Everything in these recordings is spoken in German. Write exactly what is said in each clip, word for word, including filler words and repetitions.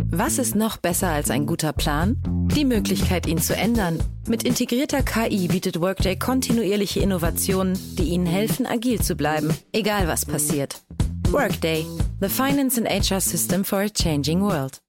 Was ist noch besser als ein guter Plan? Die Möglichkeit, ihn zu ändern. Mit integrierter K I bietet Workday kontinuierliche Innovationen, die Ihnen helfen, agil zu bleiben, egal was passiert. Workday, the finance and H R system for a changing world.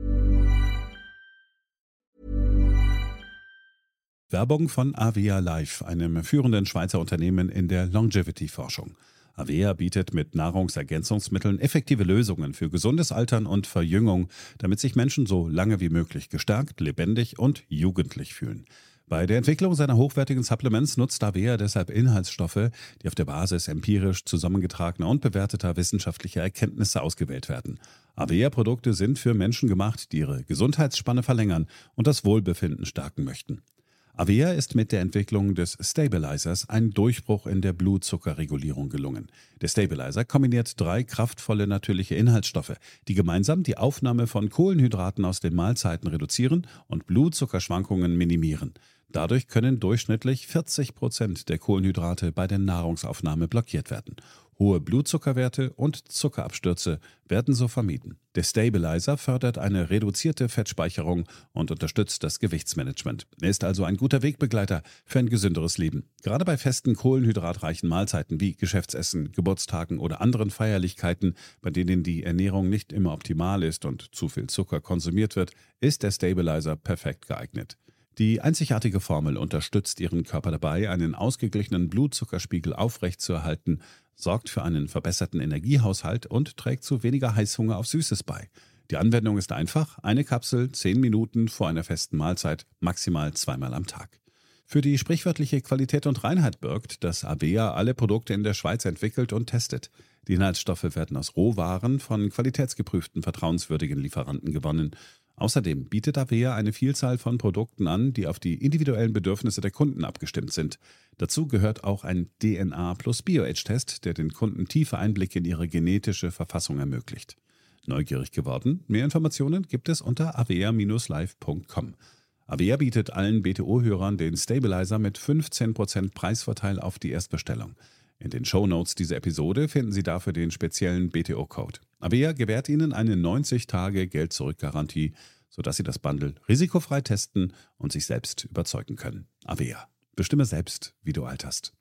Werbung von Avea Life, einem führenden Schweizer Unternehmen in der Longevity-Forschung. Avea bietet mit Nahrungsergänzungsmitteln effektive Lösungen für gesundes Altern und Verjüngung, damit sich Menschen so lange wie möglich gestärkt, lebendig und jugendlich fühlen. Bei der Entwicklung seiner hochwertigen Supplements nutzt Avea deshalb Inhaltsstoffe, die auf der Basis empirisch zusammengetragener und bewerteter wissenschaftlicher Erkenntnisse ausgewählt werden. Avea-Produkte sind für Menschen gemacht, die ihre Gesundheitsspanne verlängern und das Wohlbefinden stärken möchten. Avea ist mit der Entwicklung des Stabilizers ein Durchbruch in der Blutzuckerregulierung gelungen. Der Stabilizer kombiniert drei kraftvolle natürliche Inhaltsstoffe, die gemeinsam die Aufnahme von Kohlenhydraten aus den Mahlzeiten reduzieren und Blutzuckerschwankungen minimieren. Dadurch können durchschnittlich vierzig Prozent der Kohlenhydrate bei der Nahrungsaufnahme blockiert werden. Hohe Blutzuckerwerte und Zuckerabstürze werden so vermieden. Der Stabilizer fördert eine reduzierte Fettspeicherung und unterstützt das Gewichtsmanagement. Er ist also ein guter Wegbegleiter für ein gesünderes Leben. Gerade bei festen kohlenhydratreichen Mahlzeiten wie Geschäftsessen, Geburtstagen oder anderen Feierlichkeiten, bei denen die Ernährung nicht immer optimal ist und zu viel Zucker konsumiert wird, ist der Stabilizer perfekt geeignet. Die einzigartige Formel unterstützt Ihren Körper dabei, einen ausgeglichenen Blutzuckerspiegel aufrechtzuerhalten, sorgt für einen verbesserten Energiehaushalt und trägt zu weniger Heißhunger auf Süßes bei. Die Anwendung ist einfach: eine Kapsel, zehn Minuten vor einer festen Mahlzeit, maximal zweimal am Tag. Für die sprichwörtliche Qualität und Reinheit birgt, dass Avea alle Produkte in der Schweiz entwickelt und testet. Die Inhaltsstoffe werden aus Rohwaren von qualitätsgeprüften, vertrauenswürdigen Lieferanten gewonnen. Außerdem bietet Avea eine Vielzahl von Produkten an, die auf die individuellen Bedürfnisse der Kunden abgestimmt sind. Dazu gehört auch ein D N A plus Bio-Age-Test, der den Kunden tiefe Einblicke in ihre genetische Verfassung ermöglicht. Neugierig geworden? Mehr Informationen gibt es unter avea Bindestrich live Punkt com. Avea bietet allen B T O-Hörern den Stabilizer mit fünfzehn Prozent Preisvorteil auf die Erstbestellung. In den Shownotes dieser Episode finden Sie dafür den speziellen B T O-Code. Avea gewährt Ihnen eine neunzig Tage Geld-Zurück-Garantie, sodass Sie das Bundle risikofrei testen und sich selbst überzeugen können. Avea. Bestimme selbst, wie du alterst.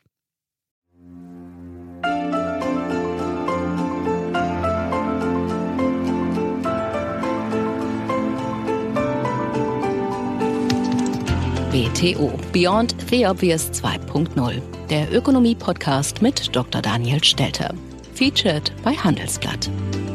B T O Beyond the Obvious zwei Punkt null, der Ökonomie-Podcast mit Doktor Daniel Stelter. Featured bei Handelsblatt.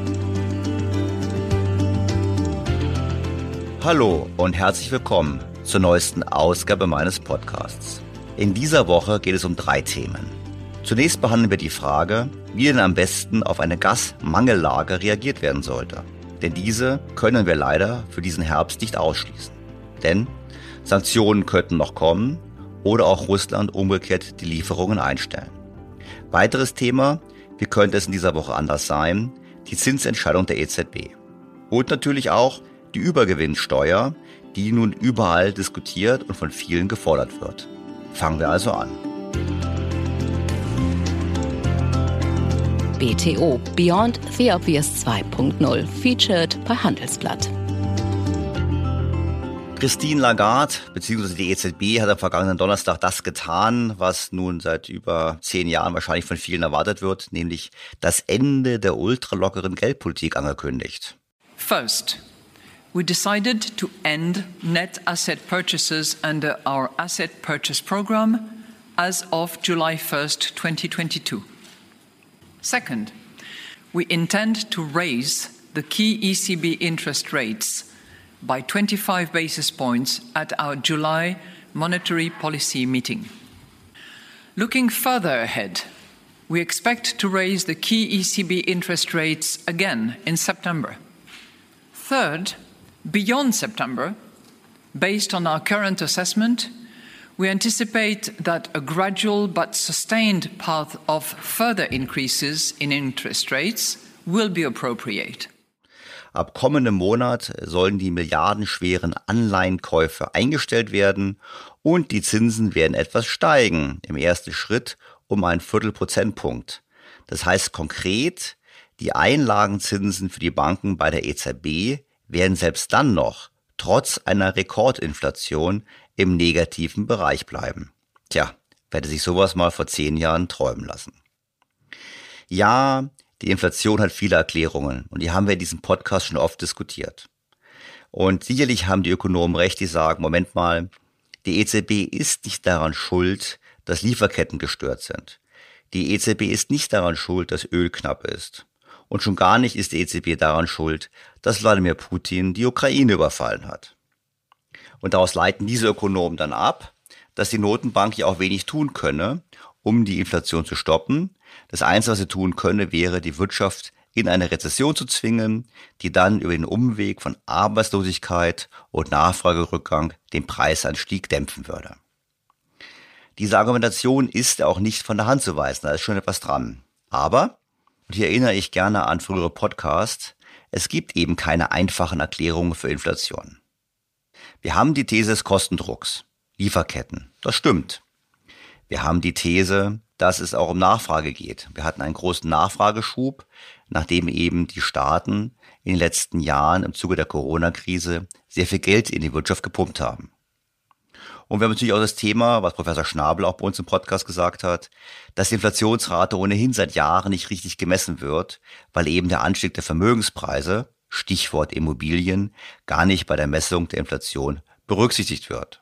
Hallo und herzlich willkommen zur neuesten Ausgabe meines Podcasts. In dieser Woche geht es um drei Themen. Zunächst behandeln wir die Frage, wie denn am besten auf eine Gasmangellage reagiert werden sollte. Denn diese können wir leider für diesen Herbst nicht ausschließen. Denn Sanktionen könnten noch kommen oder auch Russland umgekehrt die Lieferungen einstellen. Weiteres Thema, wie könnte es in dieser Woche anders sein, die Zinsentscheidung der E Z B. Und natürlich auch die Übergewinnsteuer, die nun überall diskutiert und von vielen gefordert wird. Fangen wir also an. B T O Beyond the Obvious zwei Punkt null, featured bei Handelsblatt. Christine Lagarde bzw. die E Z B hat am vergangenen Donnerstag das getan, was nun seit über zehn Jahren wahrscheinlich von vielen erwartet wird, nämlich das Ende der ultralockeren Geldpolitik angekündigt. First, we decided to end net asset purchases under our asset purchase program as of July first, twenty twenty-two. Second, we intend to raise the key E C B interest rates by twenty-five basis points at our July monetary policy meeting. Looking further ahead, we expect to raise the key E C B interest rates again in September. Third, beyond September, based on our current assessment, we anticipate that a gradual but sustained path of further increases in interest rates will be appropriate. Ab kommendem Monat sollen die milliardenschweren Anleihenkäufe eingestellt werden und die Zinsen werden etwas steigen, im ersten Schritt um einen Viertelprozentpunkt. Das heißt konkret, die Einlagenzinsen für die Banken bei der E Z B werden selbst dann noch, trotz einer Rekordinflation, im negativen Bereich bleiben. Tja, wer hätte sich sowas mal vor zehn Jahren träumen lassen. Ja, die Inflation hat viele Erklärungen und die haben wir in diesem Podcast schon oft diskutiert. Und sicherlich haben die Ökonomen recht, die sagen, Moment mal, die E Z B ist nicht daran schuld, dass Lieferketten gestört sind. Die E Z B ist nicht daran schuld, dass Öl knapp ist. Und schon gar nicht ist die E Z B daran schuld, dass Wladimir Putin die Ukraine überfallen hat. Und daraus leiten diese Ökonomen dann ab, dass die Notenbank ja auch wenig tun könne, um die Inflation zu stoppen. Das Einzige, was sie tun könne, wäre, die Wirtschaft in eine Rezession zu zwingen, die dann über den Umweg von Arbeitslosigkeit und Nachfragerückgang den Preisanstieg dämpfen würde. Diese Argumentation ist auch nicht von der Hand zu weisen, da ist schon etwas dran. Aber, und hier erinnere ich gerne an frühere Podcasts, es gibt eben keine einfachen Erklärungen für Inflation. Wir haben die These des Kostendrucks, Lieferketten, das stimmt. Wir haben die These, dass es auch um Nachfrage geht. Wir hatten einen großen Nachfrageschub, nachdem eben die Staaten in den letzten Jahren im Zuge der Corona-Krise sehr viel Geld in die Wirtschaft gepumpt haben. Und wir haben natürlich auch das Thema, was Professor Schnabel auch bei uns im Podcast gesagt hat, dass die Inflationsrate ohnehin seit Jahren nicht richtig gemessen wird, weil eben der Anstieg der Vermögenspreise, Stichwort Immobilien, gar nicht bei der Messung der Inflation berücksichtigt wird.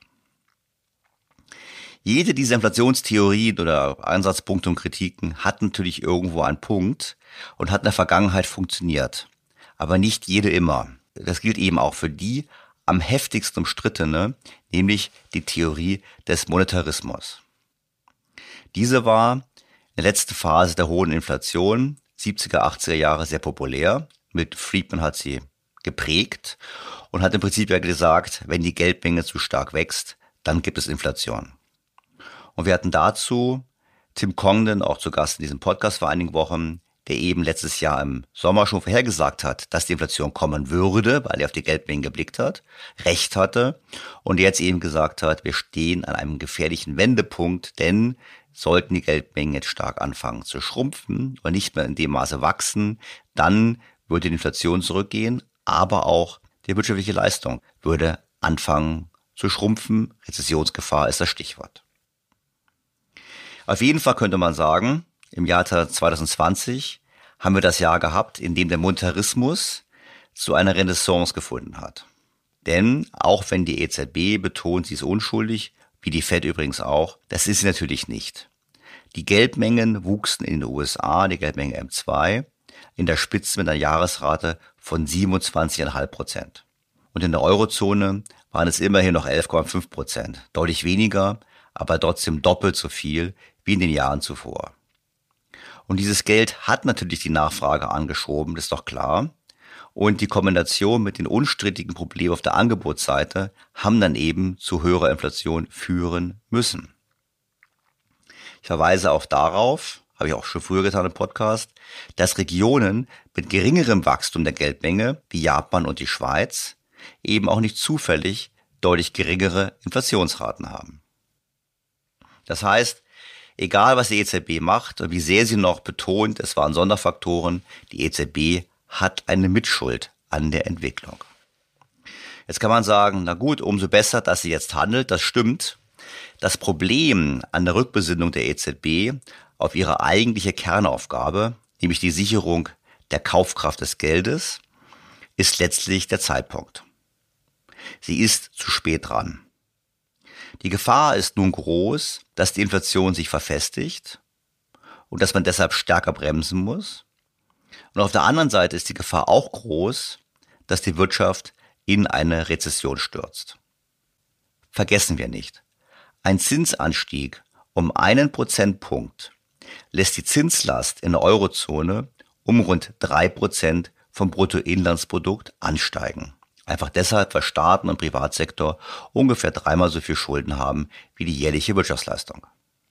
Jede dieser Inflationstheorien oder Ansatzpunkte und Kritiken hat natürlich irgendwo einen Punkt und hat in der Vergangenheit funktioniert. Aber nicht jede immer. Das gilt eben auch für die am heftigsten umstrittene, nämlich die Theorie des Monetarismus. Diese war in der letzten Phase der hohen Inflation, siebziger, achtziger Jahre, sehr populär. Milton Friedman hat sie geprägt und hat im Prinzip ja gesagt, wenn die Geldmenge zu stark wächst, dann gibt es Inflation. Und wir hatten dazu Tim Congdon auch zu Gast in diesem Podcast vor einigen Wochen, der eben letztes Jahr im Sommer schon vorhergesagt hat, dass die Inflation kommen würde, weil er auf die Geldmengen geblickt hat, recht hatte und jetzt eben gesagt hat, wir stehen an einem gefährlichen Wendepunkt, denn sollten die Geldmengen jetzt stark anfangen zu schrumpfen und nicht mehr in dem Maße wachsen, dann würde die Inflation zurückgehen, aber auch die wirtschaftliche Leistung würde anfangen zu schrumpfen. Rezessionsgefahr ist das Stichwort. Auf jeden Fall könnte man sagen, im Jahr zwanzig zwanzig haben wir das Jahr gehabt, in dem der Monetarismus zu einer Renaissance gefunden hat. Denn auch wenn die E Z B betont, sie ist unschuldig, wie die Fed übrigens auch, das ist sie natürlich nicht. Die Geldmengen wuchsen in den U S A, die Geldmenge M zwei, in der Spitze mit einer Jahresrate von siebenundzwanzig Komma fünf Prozent. Und in der Eurozone waren es immerhin noch elf Komma fünf Prozent, deutlich weniger, aber trotzdem doppelt so viel wie in den Jahren zuvor. Und dieses Geld hat natürlich die Nachfrage angeschoben, das ist doch klar. Und die Kombination mit den unstrittigen Problemen auf der Angebotsseite haben dann eben zu höherer Inflation führen müssen. Ich verweise auch darauf, habe ich auch schon früher getan im Podcast, dass Regionen mit geringerem Wachstum der Geldmenge, wie Japan und die Schweiz, eben auch nicht zufällig deutlich geringere Inflationsraten haben. Das heißt, egal was die E Z B macht und wie sehr sie noch betont, es waren Sonderfaktoren, die E Z B hat eine Mitschuld an der Entwicklung. Jetzt kann man sagen, na gut, umso besser, dass sie jetzt handelt, das stimmt. Das Problem an der Rückbesinnung der E Z B auf ihre eigentliche Kernaufgabe, nämlich die Sicherung der Kaufkraft des Geldes, ist letztlich der Zeitpunkt. Sie ist zu spät dran. Die Gefahr ist nun groß, dass die Inflation sich verfestigt und dass man deshalb stärker bremsen muss. Und auf der anderen Seite ist die Gefahr auch groß, dass die Wirtschaft in eine Rezession stürzt. Vergessen wir nicht, ein Zinsanstieg um einen Prozentpunkt lässt die Zinslast in der Eurozone um rund drei Prozent vom Bruttoinlandsprodukt ansteigen. Einfach deshalb, weil Staaten und Privatsektor ungefähr dreimal so viel Schulden haben wie die jährliche Wirtschaftsleistung.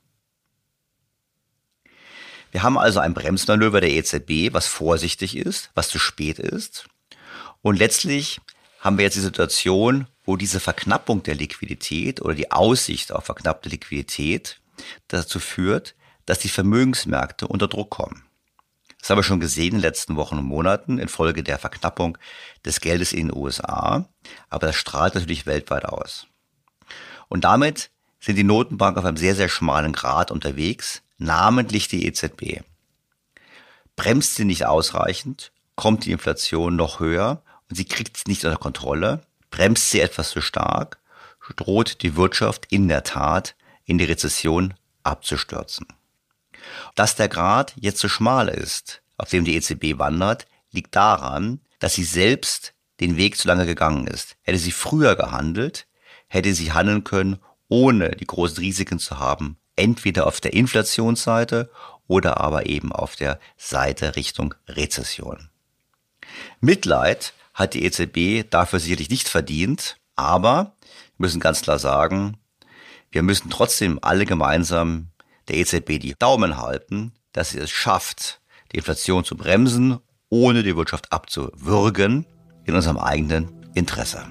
Wir haben also ein Bremsmanöver der E Z B, was vorsichtig ist, was zu spät ist. Und letztlich haben wir jetzt die Situation, wo diese Verknappung der Liquidität oder die Aussicht auf verknappte Liquidität dazu führt, dass die Vermögensmärkte unter Druck kommen. Das haben wir schon gesehen in den letzten Wochen und Monaten infolge der Verknappung des Geldes in den U S A. Aber das strahlt natürlich weltweit aus. Und damit sind die Notenbanken auf einem sehr, sehr schmalen Grat unterwegs, namentlich die E Z B. Bremst sie nicht ausreichend, kommt die Inflation noch höher und sie kriegt es nicht unter Kontrolle, bremst sie etwas zu stark, droht die Wirtschaft in der Tat in die Rezession abzustürzen. Dass der Grat jetzt so schmal ist, auf dem die E Z B wandert, liegt daran, dass sie selbst den Weg zu lange gegangen ist. Hätte sie früher gehandelt, hätte sie handeln können, ohne die großen Risiken zu haben, entweder auf der Inflationsseite oder aber eben auf der Seite Richtung Rezession. Mitleid hat die E Z B dafür sicherlich nicht verdient, aber wir müssen ganz klar sagen, wir müssen trotzdem alle gemeinsam der E Z B die Daumen halten, dass sie es schafft, die Inflation zu bremsen, ohne die Wirtschaft abzuwürgen, in unserem eigenen Interesse.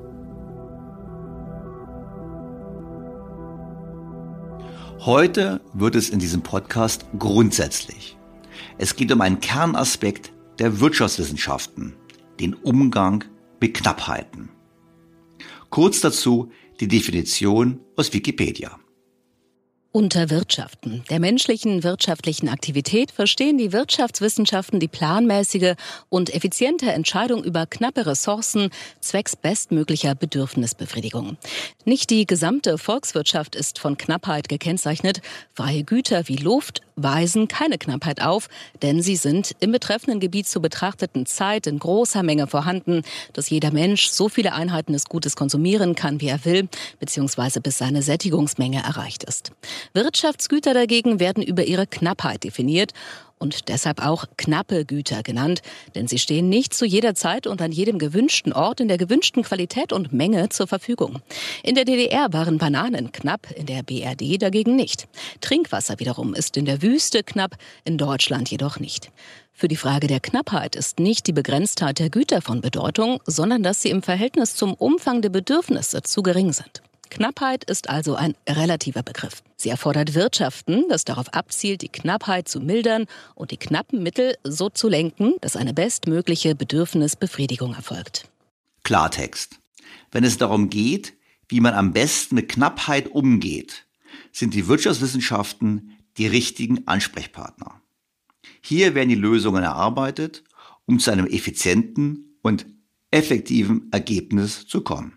Heute wird es in diesem Podcast grundsätzlich. Es geht um einen Kernaspekt der Wirtschaftswissenschaften, den Umgang mit Knappheiten. Kurz dazu die Definition aus Wikipedia. Unter Wirtschaften, der menschlichen wirtschaftlichen Aktivität, verstehen die Wirtschaftswissenschaften die planmäßige und effiziente Entscheidung über knappe Ressourcen zwecks bestmöglicher Bedürfnisbefriedigung. Nicht die gesamte Volkswirtschaft ist von Knappheit gekennzeichnet. Freie Güter wie Luft weisen keine Knappheit auf, denn sie sind im betreffenden Gebiet zur betrachteten Zeit in großer Menge vorhanden, dass jeder Mensch so viele Einheiten des Gutes konsumieren kann, wie er will, beziehungsweise bis seine Sättigungsmenge erreicht ist. Wirtschaftsgüter dagegen werden über ihre Knappheit definiert und deshalb auch knappe Güter genannt, denn sie stehen nicht zu jeder Zeit und an jedem gewünschten Ort in der gewünschten Qualität und Menge zur Verfügung. In der D D R waren Bananen knapp, in der B R D dagegen nicht. Trinkwasser wiederum ist in der Wüste knapp, in Deutschland jedoch nicht. Für die Frage der Knappheit ist nicht die Begrenztheit der Güter von Bedeutung, sondern dass sie im Verhältnis zum Umfang der Bedürfnisse zu gering sind. Knappheit ist also ein relativer Begriff. Sie erfordert Wirtschaften, das darauf abzielt, die Knappheit zu mildern und die knappen Mittel so zu lenken, dass eine bestmögliche Bedürfnisbefriedigung erfolgt. Klartext. Wenn es darum geht, wie man am besten mit Knappheit umgeht, sind die Wirtschaftswissenschaften die richtigen Ansprechpartner. Hier werden die Lösungen erarbeitet, um zu einem effizienten und effektiven Ergebnis zu kommen.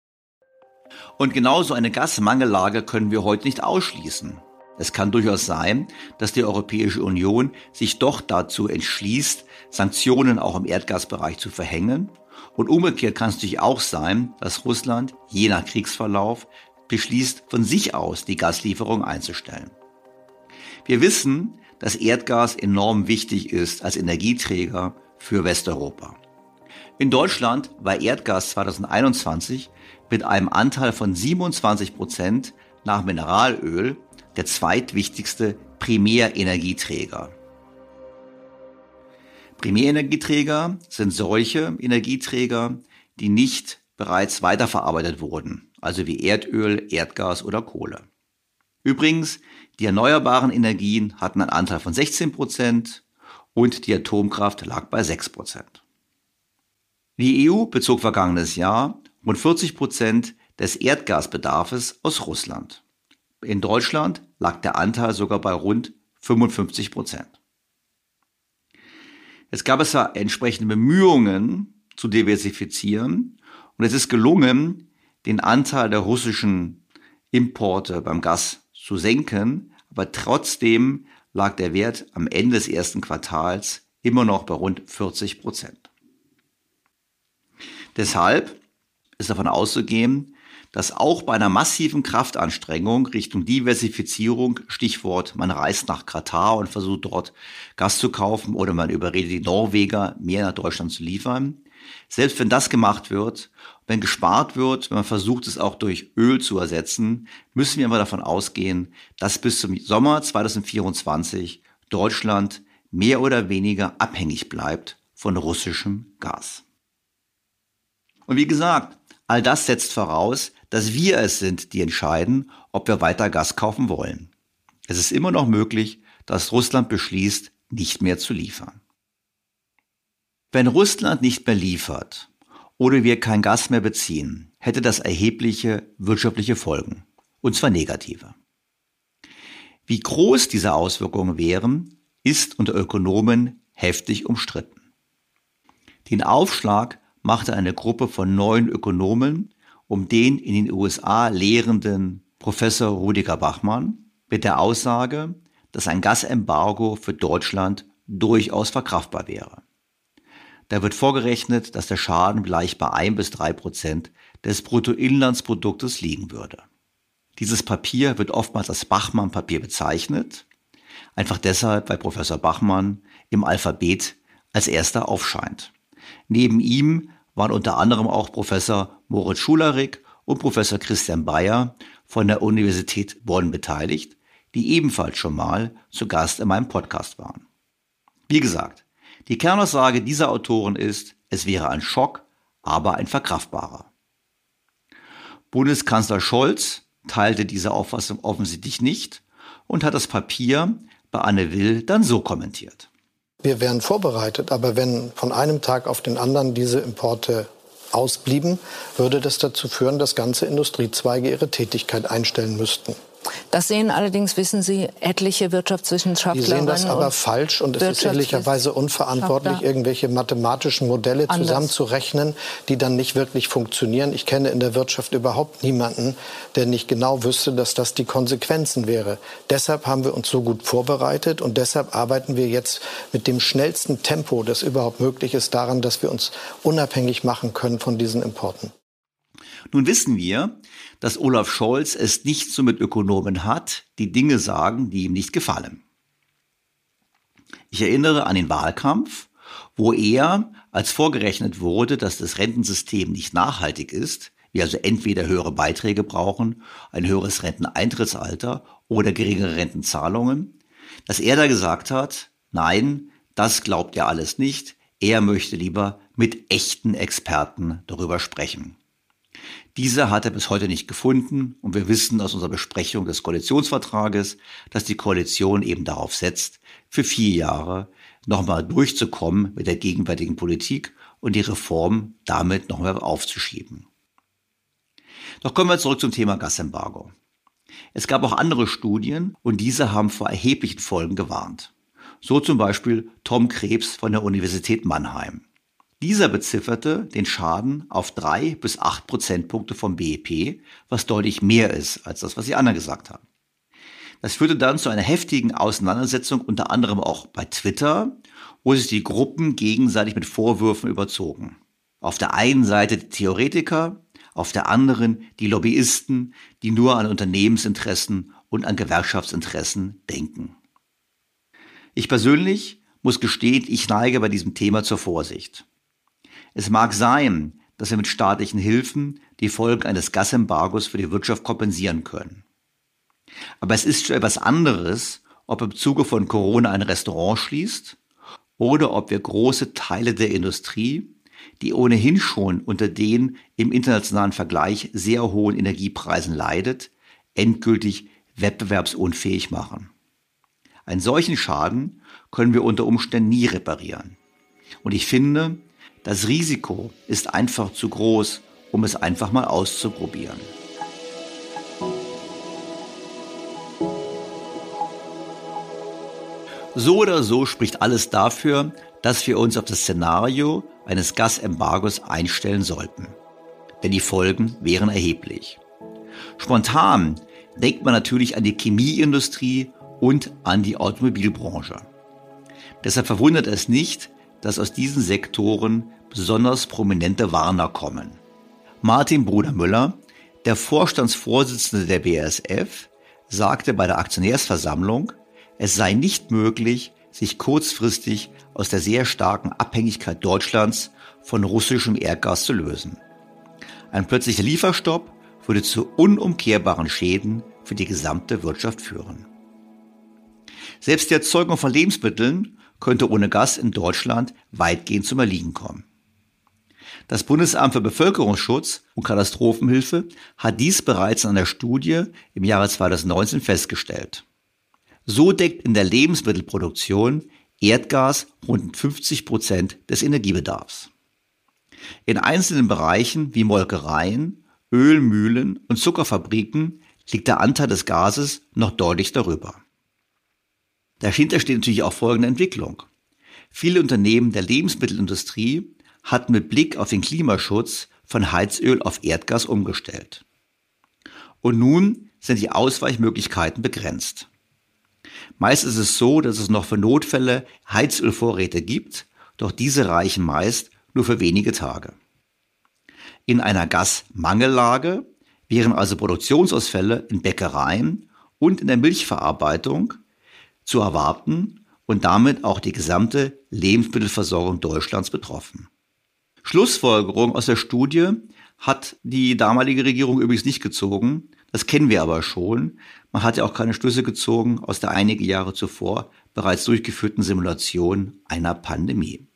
Und genauso eine Gasmangellage können wir heute nicht ausschließen. Es kann durchaus sein, dass die Europäische Union sich doch dazu entschließt, Sanktionen auch im Erdgasbereich zu verhängen. Und umgekehrt kann es natürlich auch sein, dass Russland, je nach Kriegsverlauf, beschließt, von sich aus die Gaslieferung einzustellen. Wir wissen, dass Erdgas enorm wichtig ist als Energieträger für Westeuropa. In Deutschland war Erdgas zweitausendeinundzwanzig mit einem Anteil von siebenundzwanzig Prozent nach Mineralöl der zweitwichtigste Primärenergieträger. Primärenergieträger sind solche Energieträger, die nicht bereits weiterverarbeitet wurden, also wie Erdöl, Erdgas oder Kohle. Übrigens, die erneuerbaren Energien hatten einen Anteil von sechzehn Prozent und die Atomkraft lag bei sechs Prozent. Die E U bezog vergangenes Jahr rund vierzig Prozent des Erdgasbedarfs aus Russland. In Deutschland lag der Anteil sogar bei rund fünfundfünfzig Prozent. Es gab es zwar entsprechende Bemühungen zu diversifizieren und es ist gelungen, den Anteil der russischen Importe beim Gas zu senken, aber trotzdem lag der Wert am Ende des ersten Quartals immer noch bei rund vierzig Prozent. Deshalb ist davon auszugehen, dass auch bei einer massiven Kraftanstrengung Richtung Diversifizierung, Stichwort, man reist nach Katar und versucht dort Gas zu kaufen oder man überredet die Norweger, mehr nach Deutschland zu liefern. Selbst wenn das gemacht wird, wenn gespart wird, wenn man versucht, es auch durch Öl zu ersetzen, müssen wir aber davon ausgehen, dass bis zum Sommer zweitausendvierundzwanzig Deutschland mehr oder weniger abhängig bleibt von russischem Gas. Und wie gesagt, all das setzt voraus, dass wir es sind, die entscheiden, ob wir weiter Gas kaufen wollen. Es ist immer noch möglich, dass Russland beschließt, nicht mehr zu liefern. Wenn Russland nicht mehr liefert oder wir kein Gas mehr beziehen, hätte das erhebliche wirtschaftliche Folgen, und zwar negative. Wie groß diese Auswirkungen wären, ist unter Ökonomen heftig umstritten. Den Aufschlag machte eine Gruppe von neun Ökonomen um den in den U S A lehrenden Professor Rudiger Bachmann mit der Aussage, dass ein Gasembargo für Deutschland durchaus verkraftbar wäre. Da wird vorgerechnet, dass der Schaden vielleicht bei ein bis drei Prozent des Bruttoinlandsproduktes liegen würde. Dieses Papier wird oftmals als Bachmann-Papier bezeichnet, einfach deshalb, weil Professor Bachmann im Alphabet als erster aufscheint. Neben ihm waren unter anderem auch Professor Moritz Schularik und Professor Christian Bayer von der Universität Bonn beteiligt, die ebenfalls schon mal zu Gast in meinem Podcast waren. Wie gesagt, die Kernaussage dieser Autoren ist, es wäre ein Schock, aber ein verkraftbarer. Bundeskanzler Scholz teilte diese Auffassung offensichtlich nicht und hat das Papier bei Anne Will dann so kommentiert. Wir wären vorbereitet, aber wenn von einem Tag auf den anderen diese Importe ausblieben, würde das dazu führen, dass ganze Industriezweige ihre Tätigkeit einstellen müssten. Das sehen allerdings, wissen Sie, etliche Wirtschaftswissenschaftler. Die sehen das aber falsch und es ist ehrlicherweise unverantwortlich, irgendwelche mathematischen Modelle Anders. zusammenzurechnen, die dann nicht wirklich funktionieren. Ich kenne in der Wirtschaft überhaupt niemanden, der nicht genau wüsste, dass das die Konsequenzen wäre. Deshalb haben wir uns so gut vorbereitet und deshalb arbeiten wir jetzt mit dem schnellsten Tempo, das überhaupt möglich ist, daran, dass wir uns unabhängig machen können von diesen Importen. Nun wissen wir, dass Olaf Scholz es nicht so mit Ökonomen hat, die Dinge sagen, die ihm nicht gefallen. Ich erinnere an den Wahlkampf, wo er, als vorgerechnet wurde, dass das Rentensystem nicht nachhaltig ist, wir also entweder höhere Beiträge brauchen, ein höheres Renteneintrittsalter oder geringere Rentenzahlungen, dass er da gesagt hat, nein, das glaubt er alles nicht, er möchte lieber mit echten Experten darüber sprechen. Diese hat er bis heute nicht gefunden und wir wissen aus unserer Besprechung des Koalitionsvertrages, dass die Koalition eben darauf setzt, für vier Jahre nochmal durchzukommen mit der gegenwärtigen Politik und die Reform damit nochmal aufzuschieben. Doch kommen wir zurück zum Thema Gasembargo. Es gab auch andere Studien und diese haben vor erheblichen Folgen gewarnt. So zum Beispiel Tom Krebs von der Universität Mannheim. Dieser bezifferte den Schaden auf drei bis acht Prozentpunkte vom B I P, was deutlich mehr ist als das, was die anderen gesagt haben. Das führte dann zu einer heftigen Auseinandersetzung, unter anderem auch bei Twitter, wo sich die Gruppen gegenseitig mit Vorwürfen überzogen. Auf der einen Seite die Theoretiker, auf der anderen die Lobbyisten, die nur an Unternehmensinteressen und an Gewerkschaftsinteressen denken. Ich persönlich muss gestehen, ich neige bei diesem Thema zur Vorsicht. Es mag sein, dass wir mit staatlichen Hilfen die Folgen eines Gasembargos für die Wirtschaft kompensieren können. Aber es ist schon etwas anderes, ob im Zuge von Corona ein Restaurant schließt oder ob wir große Teile der Industrie, die ohnehin schon unter den im internationalen Vergleich sehr hohen Energiepreisen leidet, endgültig wettbewerbsunfähig machen. Einen solchen Schaden können wir unter Umständen nie reparieren. Und ich finde, das Risiko ist einfach zu groß, um es einfach mal auszuprobieren. So oder so spricht alles dafür, dass wir uns auf das Szenario eines Gasembargos einstellen sollten. Denn die Folgen wären erheblich. Spontan denkt man natürlich an die Chemieindustrie und an die Automobilbranche. Deshalb verwundert es nicht, dass aus diesen Sektoren besonders prominente Warner kommen. Martin Brudermüller, der Vorstandsvorsitzende der B A S F, sagte bei der Aktionärsversammlung, es sei nicht möglich, sich kurzfristig aus der sehr starken Abhängigkeit Deutschlands von russischem Erdgas zu lösen. Ein plötzlicher Lieferstopp würde zu unumkehrbaren Schäden für die gesamte Wirtschaft führen. Selbst die Erzeugung von Lebensmitteln könnte ohne Gas in Deutschland weitgehend zum Erliegen kommen. Das Bundesamt für Bevölkerungsschutz und Katastrophenhilfe hat dies bereits in einer Studie im Jahre zweitausendneunzehn festgestellt. So deckt in der Lebensmittelproduktion Erdgas rund fünfzig Prozent des Energiebedarfs. In einzelnen Bereichen wie Molkereien, Ölmühlen und Zuckerfabriken liegt der Anteil des Gases noch deutlich darüber. Dahinter steht natürlich auch folgende Entwicklung. Viele Unternehmen der Lebensmittelindustrie hatten mit Blick auf den Klimaschutz von Heizöl auf Erdgas umgestellt. Und nun sind die Ausweichmöglichkeiten begrenzt. Meist ist es so, dass es noch für Notfälle Heizölvorräte gibt, doch diese reichen meist nur für wenige Tage. In einer Gasmangellage wären also Produktionsausfälle in Bäckereien und in der Milchverarbeitung zu erwarten und damit auch die gesamte Lebensmittelversorgung Deutschlands betroffen. Schlussfolgerung aus der Studie hat die damalige Regierung übrigens nicht gezogen. Das kennen wir aber schon. Man hat ja auch keine Schlüsse gezogen aus der einige Jahre zuvor bereits durchgeführten Simulation einer Pandemie.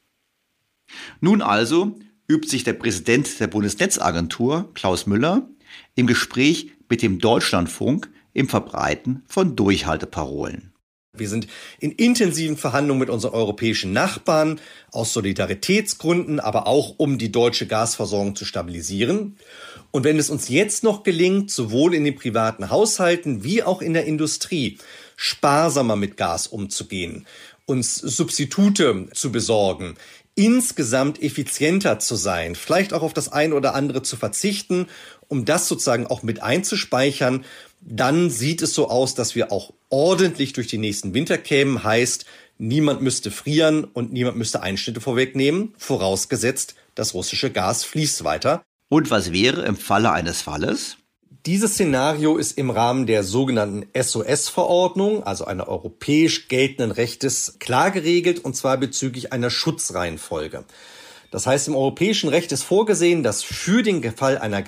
Nun also übt sich der Präsident der Bundesnetzagentur, Klaus Müller, im Gespräch mit dem Deutschlandfunk im Verbreiten von Durchhalteparolen. Wir sind in intensiven Verhandlungen mit unseren europäischen Nachbarn aus Solidaritätsgründen, aber auch um die deutsche Gasversorgung zu stabilisieren. Und wenn es uns jetzt noch gelingt, sowohl in den privaten Haushalten wie auch in der Industrie sparsamer mit Gas umzugehen, uns Substitute zu besorgen, insgesamt effizienter zu sein, vielleicht auch auf das ein oder andere zu verzichten, um das sozusagen auch mit einzuspeichern, dann sieht es so aus, dass wir auch ordentlich durch die nächsten Winter kämen. Heißt, niemand müsste frieren und niemand müsste Einschnitte vorwegnehmen, vorausgesetzt, das russische Gas fließt weiter. Und was wäre im Falle eines Falles? Dieses Szenario ist im Rahmen der sogenannten S O S-Verordnung, also einer europäisch geltenden Rechtes, klar geregelt, und zwar bezüglich einer Schutzreihenfolge. Das heißt, im europäischen Recht ist vorgesehen, dass für den Fall einer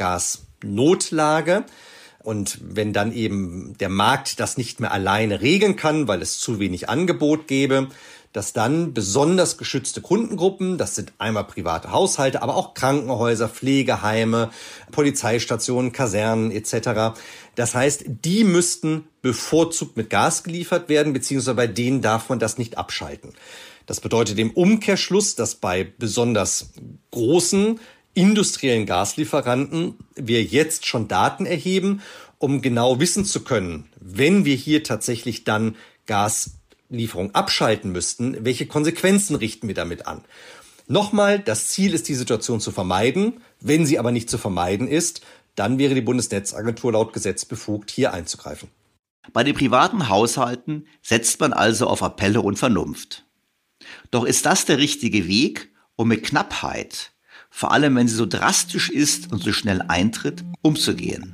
Gasnotlage und wenn dann eben der Markt das nicht mehr alleine regeln kann, weil es zu wenig Angebot gäbe, dass dann besonders geschützte Kundengruppen, das sind einmal private Haushalte, aber auch Krankenhäuser, Pflegeheime, Polizeistationen, Kasernen et cetera. Das heißt, die müssten bevorzugt mit Gas geliefert werden, beziehungsweise bei denen darf man das nicht abschalten. Das bedeutet im Umkehrschluss, dass bei besonders großen industriellen Gaslieferanten wir jetzt schon Daten erheben, um genau wissen zu können, wenn wir hier tatsächlich dann Gaslieferung abschalten müssten, welche Konsequenzen richten wir damit an. Nochmal, das Ziel ist, die Situation zu vermeiden. Wenn sie aber nicht zu vermeiden ist, dann wäre die Bundesnetzagentur laut Gesetz befugt, hier einzugreifen. Bei den privaten Haushalten setzt man also auf Appelle und Vernunft. Doch ist das der richtige Weg, um mit Knappheit, vor allem wenn sie so drastisch ist und so schnell eintritt, umzugehen?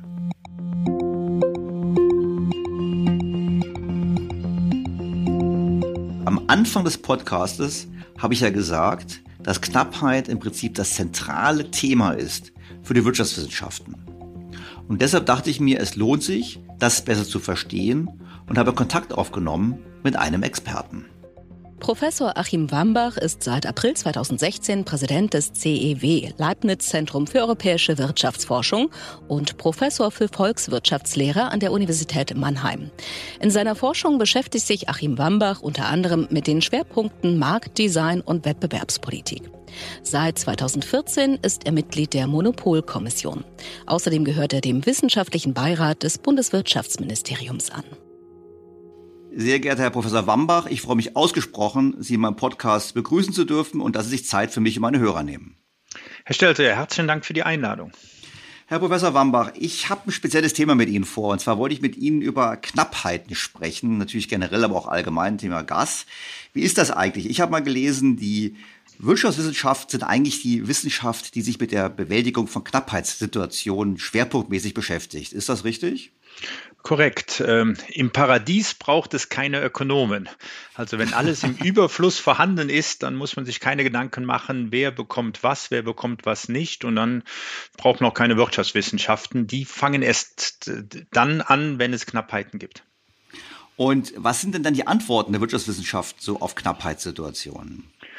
Am Anfang des Podcastes habe ich ja gesagt, dass Knappheit im Prinzip das zentrale Thema ist für die Wirtschaftswissenschaften. Und deshalb dachte ich mir, es lohnt sich, das besser zu verstehen, und habe Kontakt aufgenommen mit einem Experten. Professor Achim Wambach ist seit April zweitausendsechzehn Präsident des C E W, Leibniz-Zentrum für europäische Wirtschaftsforschung, und Professor für Volkswirtschaftslehre an der Universität Mannheim. In seiner Forschung beschäftigt sich Achim Wambach unter anderem mit den Schwerpunkten Marktdesign und Wettbewerbspolitik. Seit zweitausendvierzehn ist er Mitglied der Monopolkommission. Außerdem gehört er dem wissenschaftlichen Beirat des Bundeswirtschaftsministeriums an. Sehr geehrter Herr Professor Wambach, ich freue mich ausgesprochen, Sie in meinem Podcast begrüßen zu dürfen und dass Sie sich Zeit für mich und meine Hörer nehmen. Herr Stelter, herzlichen Dank für die Einladung. Herr Professor Wambach, ich habe ein spezielles Thema mit Ihnen vor. Und zwar wollte ich mit Ihnen über Knappheiten sprechen, natürlich generell, aber auch allgemein, Thema Gas. Wie ist das eigentlich? Ich habe mal gelesen, die Wirtschaftswissenschaft sind eigentlich die Wissenschaft, die sich mit der Bewältigung von Knappheitssituationen schwerpunktmäßig beschäftigt. Ist das richtig? Korrekt. Ähm, im Paradies braucht es keine Ökonomen. Also wenn alles im Überfluss vorhanden ist, dann muss man sich keine Gedanken machen, wer bekommt was, wer bekommt was nicht. Und dann braucht man auch keine Wirtschaftswissenschaften. Die fangen erst dann an, wenn es Knappheiten gibt. Und was sind denn dann die Antworten der Wirtschaftswissenschaft so auf Knappheitssituationen?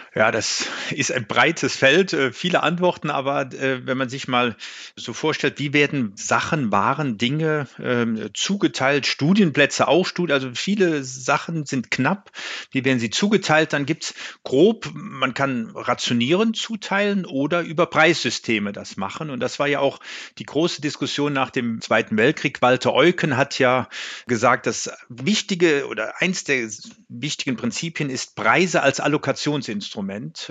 Ja, das ist ein breites Feld, äh, viele Antworten, aber äh, wenn man sich mal so vorstellt, wie werden Sachen, Waren, Dinge äh, zugeteilt, Studienplätze auch, Studi- also viele Sachen sind knapp, wie werden sie zugeteilt, dann gibt's grob, man kann rationieren zuteilen oder über Preissysteme das machen und das war ja auch die große Diskussion nach dem Zweiten Weltkrieg. Walter Eucken hat ja gesagt, das wichtige oder eins der wichtigen Prinzipien ist Preise als Allokationsinstrument.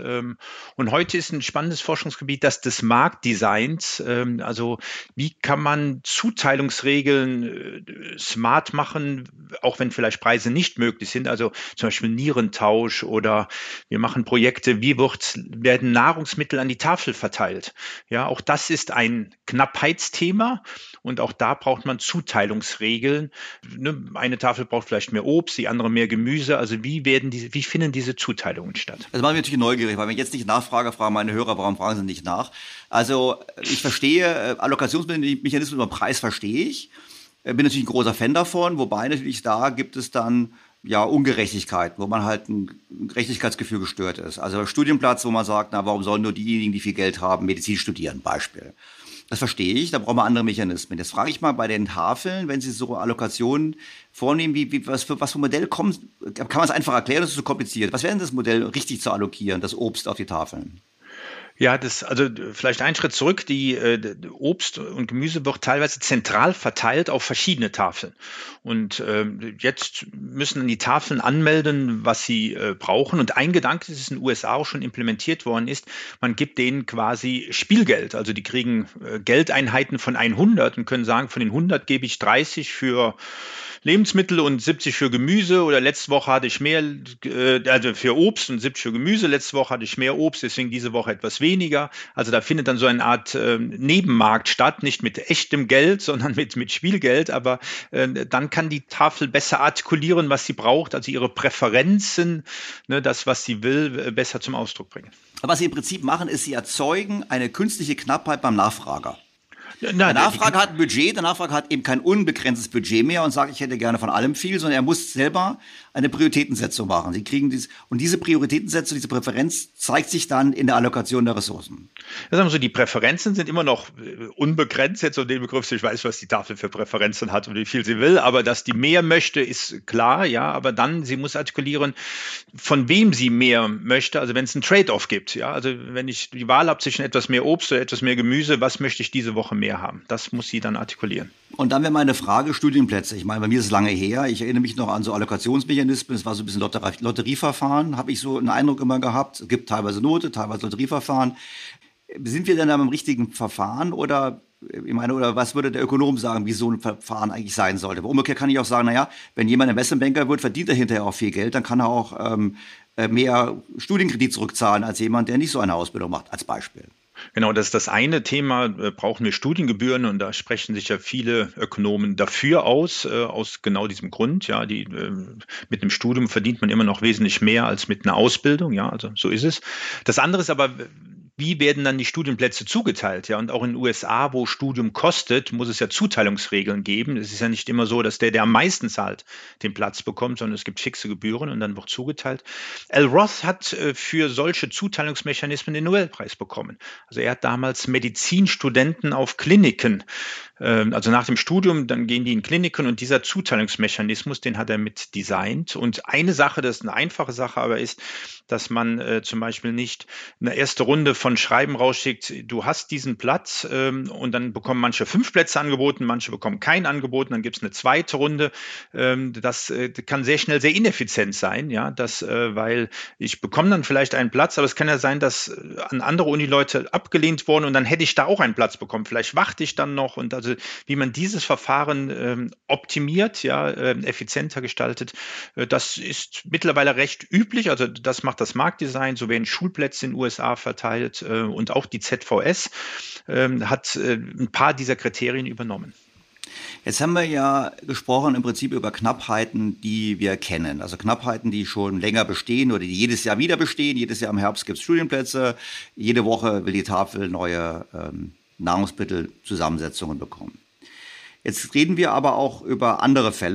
Und heute ist ein spannendes Forschungsgebiet, das des Marktdesigns. Also wie kann man Zuteilungsregeln smart machen, auch wenn vielleicht Preise nicht möglich sind. Also zum Beispiel Nierentausch oder wir machen Projekte, wie wird, werden Nahrungsmittel an die Tafel verteilt. Ja, auch das ist ein Knappheitsthema und auch da braucht man Zuteilungsregeln. Eine Tafel braucht vielleicht mehr Obst, die andere mehr Gemüse. Also wie werden diese, wie finden diese Zuteilungen statt? Das macht mich natürlich neugierig, weil wenn ich jetzt nicht nachfrage, fragen meine Hörer, warum fragen sie nicht nach? Also ich verstehe, Allokationsmechanismus über Preis verstehe ich, bin natürlich ein großer Fan davon, wobei natürlich da gibt es dann ja Ungerechtigkeit, wo man halt ein Gerechtigkeitsgefühl gestört ist. Also Studienplatz, wo man sagt, na warum sollen nur diejenigen, die viel Geld haben, Medizin studieren, Beispiel. Das verstehe ich, da brauchen wir andere Mechanismen. Jetzt frage ich mal bei den Tafeln, wenn Sie so Allokationen vornehmen, wie, wie, was, für, was für Modell kommt, kann man es einfach erklären, das ist so kompliziert. Was wäre denn das Modell, richtig zu allokieren, das Obst auf die Tafeln? Ja, das, also vielleicht einen Schritt zurück. Die äh, Obst und Gemüse wird teilweise zentral verteilt auf verschiedene Tafeln. Und äh, jetzt müssen die Tafeln anmelden, was sie äh, brauchen. Und ein Gedanke, das in den U S A auch schon implementiert worden ist, man gibt denen quasi Spielgeld. Also die kriegen äh, Geldeinheiten von hundert und können sagen, von den hundert gebe ich dreißig für Lebensmittel und siebzig für Gemüse oder letzte Woche hatte ich mehr, äh, also für Obst und siebzig für Gemüse, letzte Woche hatte ich mehr Obst, deswegen diese Woche etwas weniger. Also da findet dann so eine Art äh, Nebenmarkt statt, nicht mit echtem Geld, sondern mit, mit Spielgeld, aber äh, dann kann die Tafel besser artikulieren, was sie braucht, also ihre Präferenzen, ne, das, was sie will, besser zum Ausdruck bringen. Was sie im Prinzip machen, ist, sie erzeugen eine künstliche Knappheit beim Nachfrager. Nein, der Nachfrager hat ein Budget, der Nachfrager hat eben kein unbegrenztes Budget mehr und sagt, ich hätte gerne von allem viel, sondern er muss selber eine Prioritätensetzung machen. Sie kriegen dies, und diese Prioritätensetzung, diese Präferenz zeigt sich dann in der Allokation der Ressourcen. Ja, sagen wir so, die Präferenzen sind immer noch unbegrenzt, jetzt um den Begriff, ich weiß, was die Tafel für Präferenzen hat und wie viel sie will, aber dass die mehr möchte, ist klar, ja, aber dann, sie muss artikulieren, von wem sie mehr möchte, also wenn es einen Trade-off gibt, ja, also wenn ich die Wahl habe zwischen etwas mehr Obst oder etwas mehr Gemüse, was möchte ich diese Woche mehr haben? Das muss sie dann artikulieren. Und dann wäre meine Frage, Studienplätze. Ich meine, bei mir ist es lange her. Ich erinnere mich noch an so Allokationsmechanismen. Es war so ein bisschen Lotter- Lotterieverfahren, habe ich so einen Eindruck immer gehabt. Es gibt teilweise Note, teilweise Lotterieverfahren. Sind wir denn da im richtigen Verfahren oder, ich meine, oder was würde der Ökonom sagen, wie so ein Verfahren eigentlich sein sollte? Umgekehrt kann ich auch sagen, naja, wenn jemand Investmentbanker wird, verdient er hinterher auch viel Geld, dann kann er auch ähm, mehr Studienkredit zurückzahlen als jemand, der nicht so eine Ausbildung macht, als Beispiel. Genau, das ist das eine Thema, äh, brauchen wir Studiengebühren und da sprechen sich ja viele Ökonomen dafür aus, äh, aus genau diesem Grund. Ja, die, äh, mit einem Studium verdient man immer noch wesentlich mehr als mit einer Ausbildung, ja, also so ist es. Das andere ist aber, wie werden dann die Studienplätze zugeteilt? Ja, und auch in den U S A, wo Studium kostet, muss es ja Zuteilungsregeln geben. Es ist ja nicht immer so, dass der, der am meisten zahlt, den Platz bekommt, sondern es gibt fixe Gebühren und dann wird zugeteilt. Al Roth hat äh, für solche Zuteilungsmechanismen den Nobelpreis bekommen. Also er hat damals Medizinstudenten auf Kliniken, äh, also nach dem Studium, dann gehen die in Kliniken und dieser Zuteilungsmechanismus, den hat er mit designt. Und eine Sache, das ist eine einfache Sache, aber ist, dass man äh, zum Beispiel nicht eine erste Runde von Schreiben rausschickt, du hast diesen Platz ähm, und dann bekommen manche fünf Plätze angeboten, manche bekommen kein Angebot, dann gibt es eine zweite Runde. Ähm, das äh, kann sehr schnell sehr ineffizient sein, ja, das, äh, weil ich bekomme dann vielleicht einen Platz, aber es kann ja sein, dass äh, an andere Unileute abgelehnt wurden und dann hätte ich da auch einen Platz bekommen. Vielleicht warte ich dann noch und also wie man dieses Verfahren ähm, optimiert, ja, äh, effizienter gestaltet, äh, das ist mittlerweile recht üblich, also das macht das Marktdesign, so werden Schulplätze in den U S A verteilt äh, und auch die Z V S äh, hat äh, ein paar dieser Kriterien übernommen. Jetzt haben wir ja gesprochen im Prinzip über Knappheiten, die wir kennen. Also Knappheiten, die schon länger bestehen oder die jedes Jahr wieder bestehen. Jedes Jahr im Herbst gibt es Studienplätze. Jede Woche will die Tafel neue ähm, Nahrungsmittelzusammensetzungen bekommen. Jetzt reden wir aber auch über andere Fälle.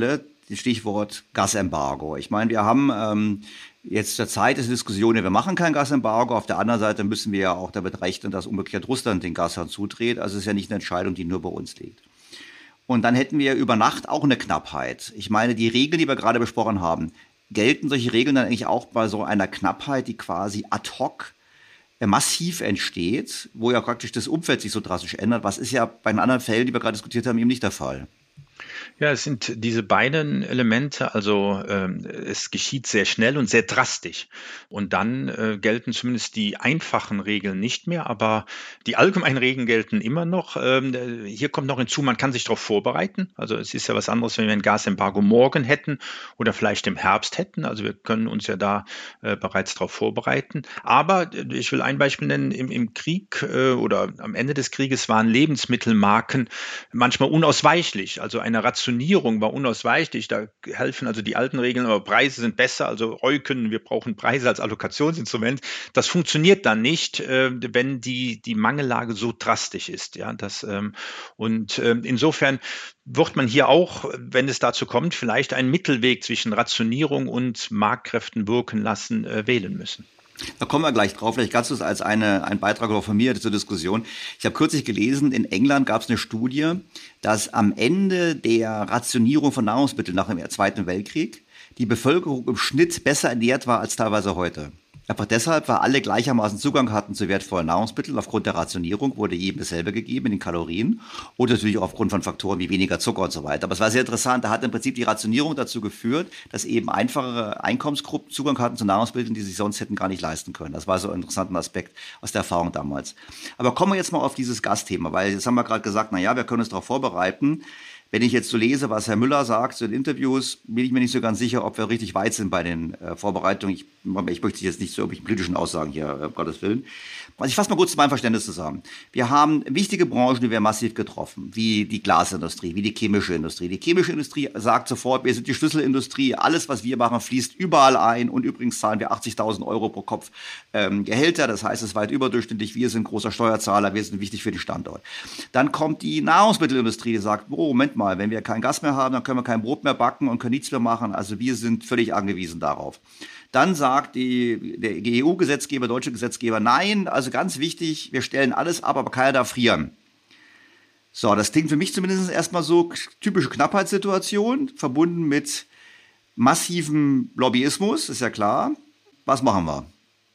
das Stichwort Gasembargo. Ich meine, wir haben ähm, jetzt zur Zeit ist Diskussion, wir machen kein Gasembargo. Auf der anderen Seite müssen wir ja auch damit rechnen, dass umgekehrt Russland den Gashahn zudreht. Also es ist ja nicht eine Entscheidung, die nur bei uns liegt. Und dann hätten wir über Nacht auch eine Knappheit. Ich meine, die Regeln, die wir gerade besprochen haben, gelten solche Regeln dann eigentlich auch bei so einer Knappheit, die quasi ad hoc massiv entsteht, wo ja praktisch das Umfeld sich so drastisch ändert. Was ist ja bei den anderen Fällen, die wir gerade diskutiert haben, eben nicht der Fall. Ja, es sind diese beiden Elemente, also ähm, es geschieht sehr schnell und sehr drastisch. Und dann äh, gelten zumindest die einfachen Regeln nicht mehr, aber die allgemeinen Regeln gelten immer noch. Ähm, hier kommt noch hinzu, man kann sich darauf vorbereiten. Also es ist ja was anderes, wenn wir ein Gasembargo morgen hätten oder vielleicht im Herbst hätten. Also wir können uns ja da äh, bereits darauf vorbereiten. Aber ich will ein Beispiel nennen, im, im Krieg äh, oder am Ende des Krieges waren Lebensmittelmarken manchmal unausweichlich. Also eine Rationierung war unausweichlich, da helfen also die alten Regeln, aber Preise sind besser, also Reuken, wir brauchen Preise als Allokationsinstrument. Das funktioniert dann nicht, äh, wenn die, die Mangellage so drastisch ist. Ja, das, ähm, und äh, insofern wird man hier auch, wenn es dazu kommt, vielleicht einen Mittelweg zwischen Rationierung und Marktkräften wirken lassen, äh, wählen müssen. Da kommen wir gleich drauf. Vielleicht kannst du es als eine, ein Beitrag von mir zur Diskussion. Ich habe kürzlich gelesen, in England gab es eine Studie, dass am Ende der Rationierung von Nahrungsmitteln nach dem Zweiten Weltkrieg die Bevölkerung im Schnitt besser ernährt war als teilweise heute. Einfach deshalb, weil alle gleichermaßen Zugang hatten zu wertvollen Nahrungsmitteln. Aufgrund der Rationierung wurde jedem dasselbe gegeben in den Kalorien und natürlich auch aufgrund von Faktoren wie weniger Zucker und so weiter. Aber es war sehr interessant, da hat im Prinzip die Rationierung dazu geführt, dass eben einfachere Einkommensgruppen Zugang hatten zu Nahrungsmitteln, die sie sonst hätten gar nicht leisten können. Das war so ein interessanter Aspekt aus der Erfahrung damals. Aber kommen wir jetzt mal auf dieses Gasthema, weil jetzt haben wir gerade gesagt, na ja, wir können uns darauf vorbereiten. Wenn ich jetzt so lese, was Herr Müller sagt zu den Interviews, bin ich mir nicht so ganz sicher, ob wir richtig weit sind bei den äh, Vorbereitungen. Ich, ich möchte jetzt nicht so irgendwelchen politischen Aussagen hier, äh, um Gottes Willen. Also ich fasse mal kurz zu meinem Verständnis zusammen. Wir haben wichtige Branchen, die wir massiv getroffen, wie die Glasindustrie, wie die chemische Industrie. Die chemische Industrie sagt sofort, wir sind die Schlüsselindustrie, alles, was wir machen, fließt überall ein und übrigens zahlen wir achtzigtausend Euro pro Kopf ähm, Gehälter. Das heißt, es ist weit überdurchschnittlich, wir sind großer Steuerzahler, wir sind wichtig für den Standort. Dann kommt die Nahrungsmittelindustrie, die sagt, oh, Moment mal, wenn wir kein Gas mehr haben, dann können wir kein Brot mehr backen und können nichts mehr machen. Also wir sind völlig angewiesen darauf. Dann sagt die, der E U-Gesetzgeber, deutsche Gesetzgeber, nein, also ganz wichtig, wir stellen alles ab, aber keiner darf frieren. So, das klingt für mich zumindest erstmal so typische Knappheitssituation, verbunden mit massivem Lobbyismus, ist ja klar. Was machen wir?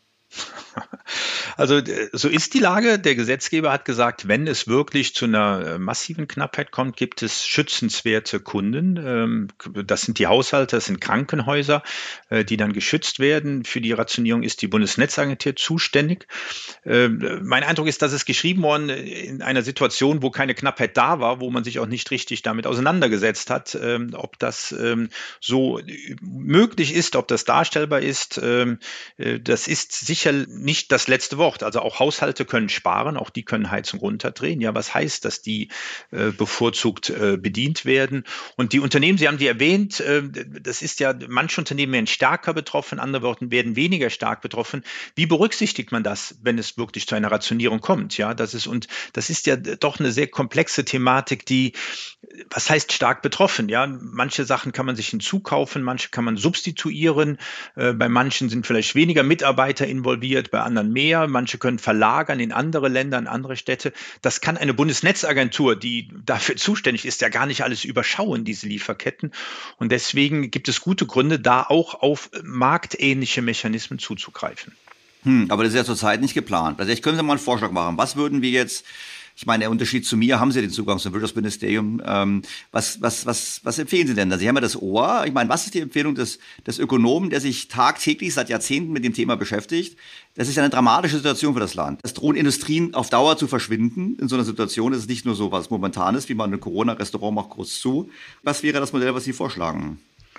Also so ist die Lage. Der Gesetzgeber hat gesagt, wenn es wirklich zu einer massiven Knappheit kommt, gibt es schützenswerte Kunden. Das sind die Haushalte, das sind Krankenhäuser, die dann geschützt werden. Für die Rationierung ist die Bundesnetzagentur zuständig. Mein Eindruck ist, dass es geschrieben worden in einer Situation, wo keine Knappheit da war, wo man sich auch nicht richtig damit auseinandergesetzt hat, ob das so möglich ist, ob das darstellbar ist. Das ist sicher nicht das letzte Wort. Also auch Haushalte können sparen, auch die können Heizung runterdrehen. Ja, was heißt, dass die äh, bevorzugt äh, bedient werden? Und die Unternehmen, Sie haben die erwähnt, äh, das ist ja, manche Unternehmen werden stärker betroffen, andere werden weniger stark betroffen. Wie berücksichtigt man das, wenn es wirklich zu einer Rationierung kommt? Ja, das ist, und das ist ja doch eine sehr komplexe Thematik, die, was heißt stark betroffen? Ja, manche Sachen kann man sich hinzukaufen, manche kann man substituieren, äh, bei manchen sind vielleicht weniger Mitarbeiter involviert, bei anderen mehr. Manche können verlagern in andere Länder, in andere Städte. Das kann eine Bundesnetzagentur, die dafür zuständig ist, ja gar nicht alles überschauen, diese Lieferketten. Und deswegen gibt es gute Gründe, da auch auf marktähnliche Mechanismen zuzugreifen. Hm, aber das ist ja zurzeit nicht geplant. Also ich könnte mal einen Vorschlag machen. Was würden wir jetzt, ich meine, der Unterschied zu mir, haben Sie den Zugang zum Wirtschaftsministerium. Ähm, was, was, was, was empfehlen Sie denn? Sie haben ja das Ohr. Ich meine, was ist die Empfehlung des, des Ökonomen, der sich tagtäglich seit Jahrzehnten mit dem Thema beschäftigt? Das ist ja eine dramatische Situation für das Land. Es drohen Industrien auf Dauer zu verschwinden in so einer Situation. Es ist nicht nur so was Momentanes, wie man ein Corona-Restaurant macht kurz zu. Was wäre das Modell, was Sie vorschlagen?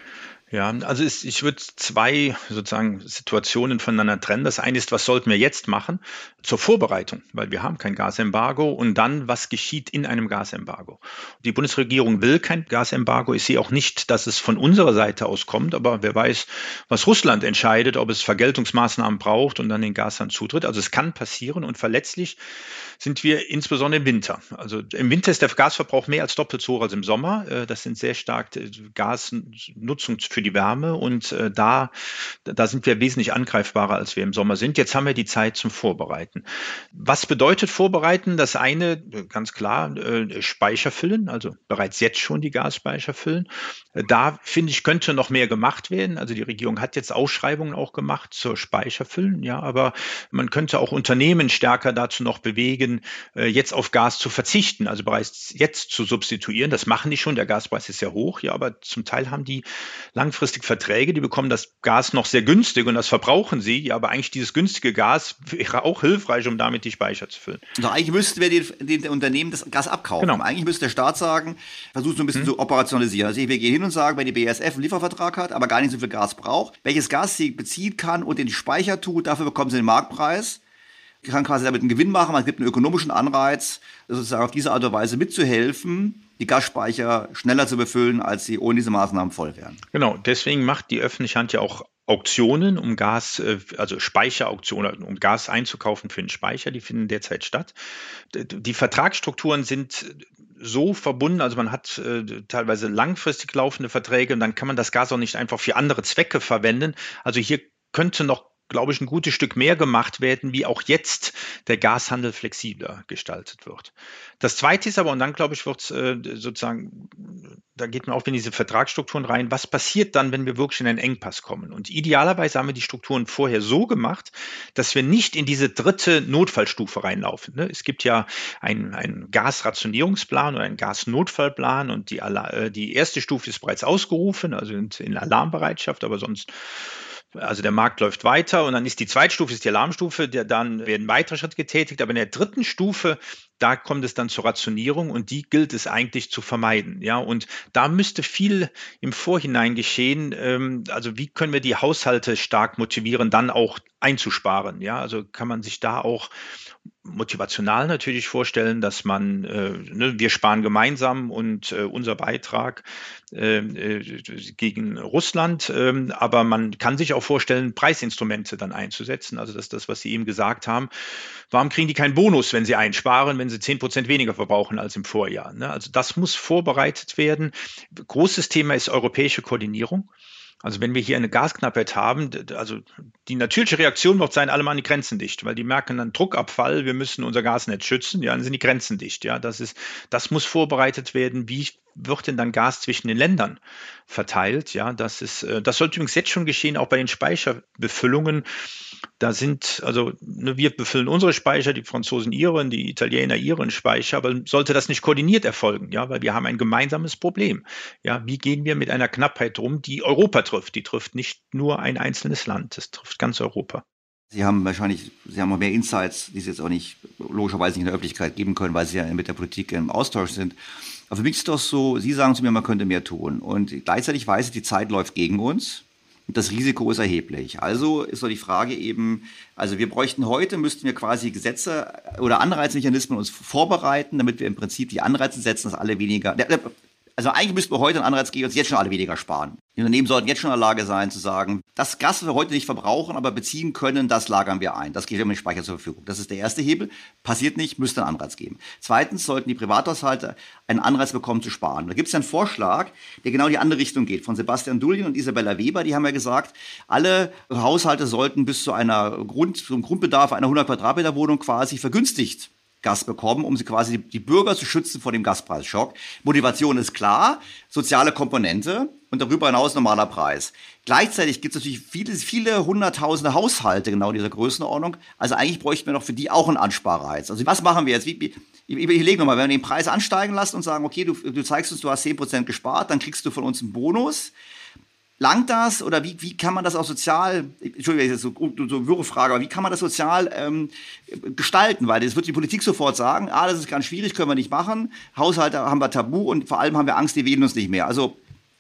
Ja, also es, ich würde zwei sozusagen Situationen voneinander trennen. Das eine ist, was sollten wir jetzt machen zur Vorbereitung, weil wir haben kein Gasembargo, und dann, was geschieht in einem Gasembargo. Die Bundesregierung will kein Gasembargo. Ich sehe auch nicht, dass es von unserer Seite aus kommt, aber wer weiß, was Russland entscheidet, ob es Vergeltungsmaßnahmen braucht und dann den Gashahn zutritt. Also es kann passieren, und verletzlich sind wir insbesondere im Winter. Also im Winter ist der Gasverbrauch mehr als doppelt so hoch als im Sommer. Das sind sehr stark Gasnutzung für die Wärme, und äh, da, da sind wir wesentlich angreifbarer, als wir im Sommer sind. Jetzt haben wir die Zeit zum Vorbereiten. Was bedeutet Vorbereiten? Das eine, ganz klar, äh, Speicher füllen, also bereits jetzt schon die Gasspeicher füllen. Äh, da, finde ich, könnte noch mehr gemacht werden. Also die Regierung hat jetzt Ausschreibungen auch gemacht zur Speicherfüllen, ja, aber man könnte auch Unternehmen stärker dazu noch bewegen, äh, jetzt auf Gas zu verzichten, also bereits jetzt zu substituieren. Das machen die schon, der Gaspreis ist sehr hoch, ja, aber zum Teil haben die lang langfristig Verträge, die bekommen das Gas noch sehr günstig und das verbrauchen sie. Ja, aber eigentlich dieses günstige Gas wäre auch hilfreich, um damit die Speicher zu füllen. Also eigentlich müssten wir den, den Unternehmen das Gas abkaufen. Genau. Eigentlich müsste der Staat sagen, versucht so ein bisschen hm. zu operationalisieren. Also wir gehen hin und sagen, wenn die B A S F einen Liefervertrag hat, aber gar nicht so viel Gas braucht, welches Gas sie beziehen kann und in die Speicher tut, dafür bekommen sie den Marktpreis. Kann quasi damit einen Gewinn machen, es gibt einen ökonomischen Anreiz, sozusagen auf diese Art und Weise mitzuhelfen, die Gasspeicher schneller zu befüllen, als sie ohne diese Maßnahmen voll wären. Genau, deswegen macht die öffentliche Hand ja auch Auktionen, um Gas, also Speicherauktionen, um Gas einzukaufen für den Speicher, die finden derzeit statt. Die Vertragsstrukturen sind so verbunden, also man hat äh, teilweise langfristig laufende Verträge, und dann kann man das Gas auch nicht einfach für andere Zwecke verwenden. Also hier könnte noch, glaube ich, ein gutes Stück mehr gemacht werden, wie auch jetzt der Gashandel flexibler gestaltet wird. Das Zweite ist aber, und dann, glaube ich, wird es äh, sozusagen, da geht man auch in diese Vertragsstrukturen rein, was passiert dann, wenn wir wirklich in einen Engpass kommen? Und idealerweise haben wir die Strukturen vorher so gemacht, dass wir nicht in diese dritte Notfallstufe reinlaufen. Ne? Es gibt ja einen, einen Gasrationierungsplan oder einen Gasnotfallplan, und die, äh, die erste Stufe ist bereits ausgerufen, also in, in Alarmbereitschaft, aber sonst Also der Markt läuft weiter, und dann ist die zweite Stufe, ist die Alarmstufe, der, dann werden weitere Schritte getätigt, aber in der dritten Stufe, da kommt es dann zur Rationierung, und die gilt es eigentlich zu vermeiden. Ja, und da müsste viel im Vorhinein geschehen. Ähm, also wie können wir die Haushalte stark motivieren, dann auch einzusparen? Ja, also kann man sich da auch motivational natürlich vorstellen, dass man, äh, ne, wir sparen gemeinsam, und äh, unser Beitrag äh, äh, gegen Russland, äh, aber man kann sich auch vorstellen, Preisinstrumente dann einzusetzen. Also das ist das, was Sie eben gesagt haben. Warum kriegen die keinen Bonus, wenn sie einsparen, wenn sie zehn Prozent weniger verbrauchen als im Vorjahr? Ne? Also das muss vorbereitet werden. Großes Thema ist europäische Koordinierung. Also wenn wir hier eine Gasknappheit haben, also die natürliche Reaktion wird sein, alle machen die Grenzen dicht, weil die merken dann Druckabfall, wir müssen unser Gasnetz schützen, ja, dann sind die Grenzen dicht. Ja, das ist, das muss vorbereitet werden. Wie wird denn dann Gas zwischen den Ländern verteilt? Ja, das ist, das sollte übrigens jetzt schon geschehen, auch bei den Speicherbefüllungen. Da sind, also ne, wir befüllen unsere Speicher, die Franzosen ihren, die Italiener ihren Speicher, aber sollte das nicht koordiniert erfolgen, ja, weil wir haben ein gemeinsames Problem. Ja, wie gehen wir mit einer Knappheit um, die Europa trifft? Die trifft nicht nur ein einzelnes Land, das trifft ganz Europa. Sie haben wahrscheinlich, Sie haben noch mehr Insights, die Sie jetzt auch nicht, logischerweise nicht in der Öffentlichkeit geben können, weil Sie ja mit der Politik im Austausch sind. Aber für mich ist es doch so, Sie sagen zu mir, man könnte mehr tun. Und gleichzeitig weiß ich, die Zeit läuft gegen uns. Und das Risiko ist erheblich. Also ist doch die Frage eben, also wir bräuchten heute, müssten wir quasi Gesetze oder Anreizmechanismen uns vorbereiten, damit wir im Prinzip die Anreize setzen, dass alle weniger, also eigentlich müssten wir heute einen Anreiz geben, uns jetzt schon alle weniger sparen. Die Unternehmen sollten jetzt schon in der Lage sein zu sagen, das Gas, was wir heute nicht verbrauchen, aber beziehen können, das lagern wir ein. Das geht im Speicher zur Verfügung. Das ist der erste Hebel. Passiert nicht, müsste einen Anreiz geben. Zweitens sollten die Privathaushalte einen Anreiz bekommen zu sparen. Da gibt es einen Vorschlag, der genau in die andere Richtung geht. Von Sebastian Dullien und Isabella Weber, die haben ja gesagt, alle Haushalte sollten bis zu einer Grund, zum Grundbedarf einer hundert Quadratmeter Wohnung quasi vergünstigt Gas bekommen, um sie quasi die, die Bürger zu schützen vor dem Gaspreisschock. Motivation ist klar, soziale Komponente und darüber hinaus normaler Preis. Gleichzeitig gibt es natürlich viele, viele hunderttausende Haushalte genau dieser Größenordnung. Also eigentlich bräuchten wir noch für die auch einen Ansparreiz. Also was machen wir jetzt? Wie, wie, ich überlege nochmal, wenn wir den Preis ansteigen lassen und sagen, okay, du, du zeigst uns, du hast zehn Prozent gespart, dann kriegst du von uns einen Bonus. Langt das oder wie, wie kann man das auch sozial, Entschuldigung, das ist so, so eine wirre Frage, aber wie kann man das sozial ähm, gestalten? Weil das wird die Politik sofort sagen, ah, das ist ganz schwierig, können wir nicht machen, Haushalte haben wir tabu und vor allem haben wir Angst, die wählen uns nicht mehr. Also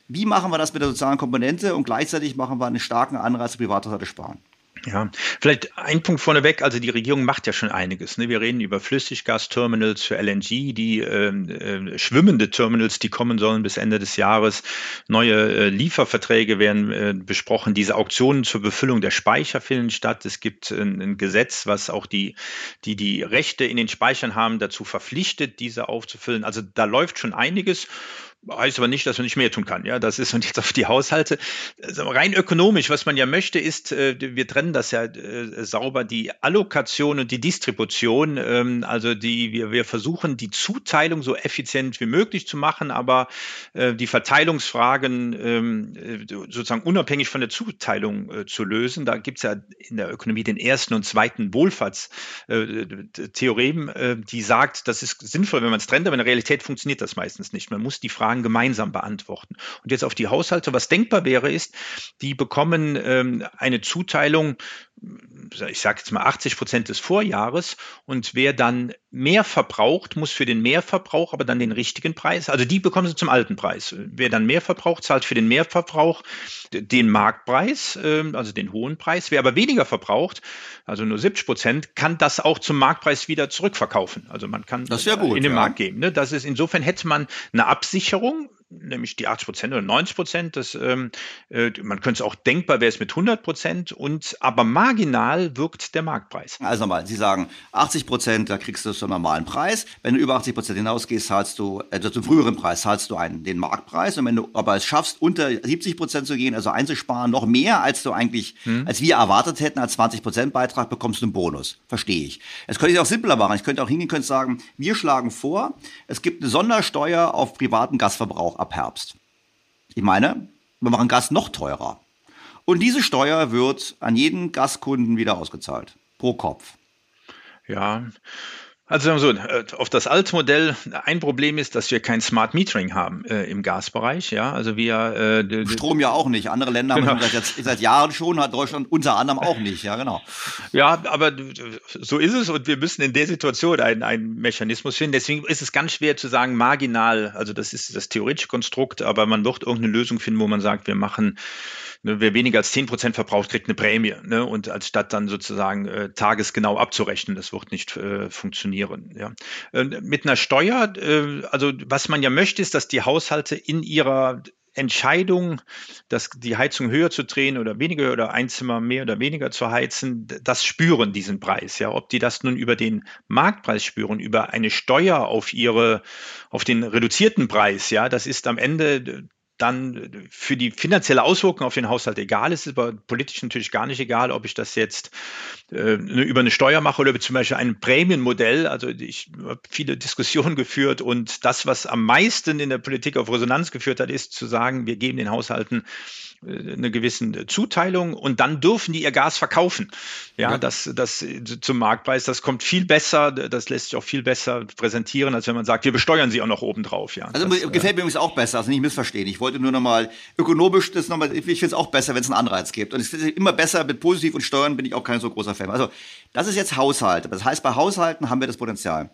Wie machen wir das mit der sozialen Komponente und gleichzeitig machen wir einen starken Anreiz für Privathaushalte sparen? Ja, vielleicht ein Punkt vorneweg. Also die Regierung macht ja schon einiges. Ne? Wir reden über Flüssiggasterminals für L N G, die äh, äh, schwimmende Terminals, die kommen sollen bis Ende des Jahres. Neue äh, Lieferverträge werden äh, besprochen. Diese Auktionen zur Befüllung der Speicher finden statt. Es gibt äh, ein Gesetz, was auch die, die die Rechte in den Speichern haben, dazu verpflichtet, diese aufzufüllen. Also da läuft schon einiges. Heißt aber nicht, dass man nicht mehr tun kann. Ja, das ist, und jetzt auf die Haushalte. Also rein ökonomisch, was man ja möchte, ist, äh, wir trennen das ja äh, sauber, die Allokation und die Distribution. Ähm, also die, wir, wir versuchen, die Zuteilung so effizient wie möglich zu machen, aber äh, die Verteilungsfragen ähm, sozusagen unabhängig von der Zuteilung äh, zu lösen. Da gibt es ja in der Ökonomie den ersten und zweiten Wohlfahrtstheorem, äh, äh, die sagt, das ist sinnvoll, wenn man es trennt, aber in der Realität funktioniert das meistens nicht. Man muss die Fragen gemeinsam beantworten. Und jetzt auf die Haushalte, was denkbar wäre, ist, die bekommen ähm, eine Zuteilung, ich sage jetzt mal achtzig Prozent des Vorjahres, und wer dann mehr verbraucht, muss für den Mehrverbrauch aber dann den richtigen Preis, also die bekommen sie zum alten Preis. Wer dann mehr verbraucht, zahlt für den Mehrverbrauch den Marktpreis, also den hohen Preis. Wer aber weniger verbraucht, also nur siebzig Prozent, kann das auch zum Marktpreis wieder zurückverkaufen. Also man kann das ja gut, in den ja. Markt geben. Das ist, insofern hätte man eine Absicherung, nämlich die achtzig Prozent oder neunzig Prozent. Das, ähm, äh, man könnte es auch denkbar, wäre es mit hundert Prozent, und aber marginal wirkt der Marktpreis. Also nochmal, Sie sagen achtzig Prozent, da kriegst du zum normalen Preis. Wenn du über achtzig Prozent hinausgehst, zahlst du, also zum früheren Preis, zahlst du einen, den Marktpreis. Und wenn du aber es schaffst, unter siebzig Prozent zu gehen, also einzusparen, noch mehr, als du eigentlich, hm. als wir erwartet hätten, als zwanzig Prozent Beitrag, bekommst du einen Bonus. Verstehe ich. Das könnte ich auch simpler machen. Ich könnte auch hingehen, könnte sagen, wir schlagen vor, es gibt eine Sondersteuer auf privaten Gasverbrauch ab Herbst. Ich meine, wir machen Gas noch teurer. Und diese Steuer wird an jeden Gaskunden wieder ausgezahlt. Pro Kopf. Ja, also sagen wir so, auf das alte Modell, ein Problem ist, dass wir kein Smart Metering haben äh, im Gasbereich. Ja, also wir äh, Strom ja auch nicht. Andere Länder genau. haben seit, seit Jahren schon, hat Deutschland unter anderem auch nicht. Ja, genau. Ja, aber so ist es, und wir müssen in der Situation einen, einen Mechanismus finden. Deswegen ist es ganz schwer zu sagen, marginal. Also das ist das theoretische Konstrukt, aber man wird irgendeine Lösung finden, wo man sagt, wir machen, ne, wer weniger als zehn Prozent verbraucht, kriegt eine Prämie. Ne, und als statt dann sozusagen äh, tagesgenau abzurechnen, das wird nicht äh, funktionieren. Ja. Mit einer Steuer, also was man ja möchte, ist, dass die Haushalte in ihrer Entscheidung, dass die Heizung höher zu drehen oder weniger oder ein Zimmer mehr oder weniger zu heizen, das spüren, diesen Preis. Ja, ob die das nun über den Marktpreis spüren, über eine Steuer auf ihre, auf den reduzierten Preis, ja, das ist am Ende dann für die finanzielle Auswirkung auf den Haushalt egal. Es ist aber politisch natürlich gar nicht egal, ob ich das jetzt äh, über eine Steuer mache oder zum Beispiel ein Prämienmodell. Also ich habe viele Diskussionen geführt, und das, was am meisten in der Politik auf Resonanz geführt hat, ist zu sagen, wir geben den Haushalten eine gewisse Zuteilung und dann dürfen die ihr Gas verkaufen. Ja, ja. Das, das zum Marktpreis, das kommt viel besser, das lässt sich auch viel besser präsentieren, als wenn man sagt, wir besteuern sie auch noch obendrauf. Ja, also das, gefällt mir übrigens auch besser, also nicht missverstehen. Ich wollte nur nochmal ökonomisch, das nochmal, ich finde es auch besser, wenn es einen Anreiz gibt. Und es ist immer besser mit Positiv und Steuern, bin ich auch kein so großer Fan. Also das ist jetzt Haushalte. Das heißt, bei Haushalten haben wir das Potenzial.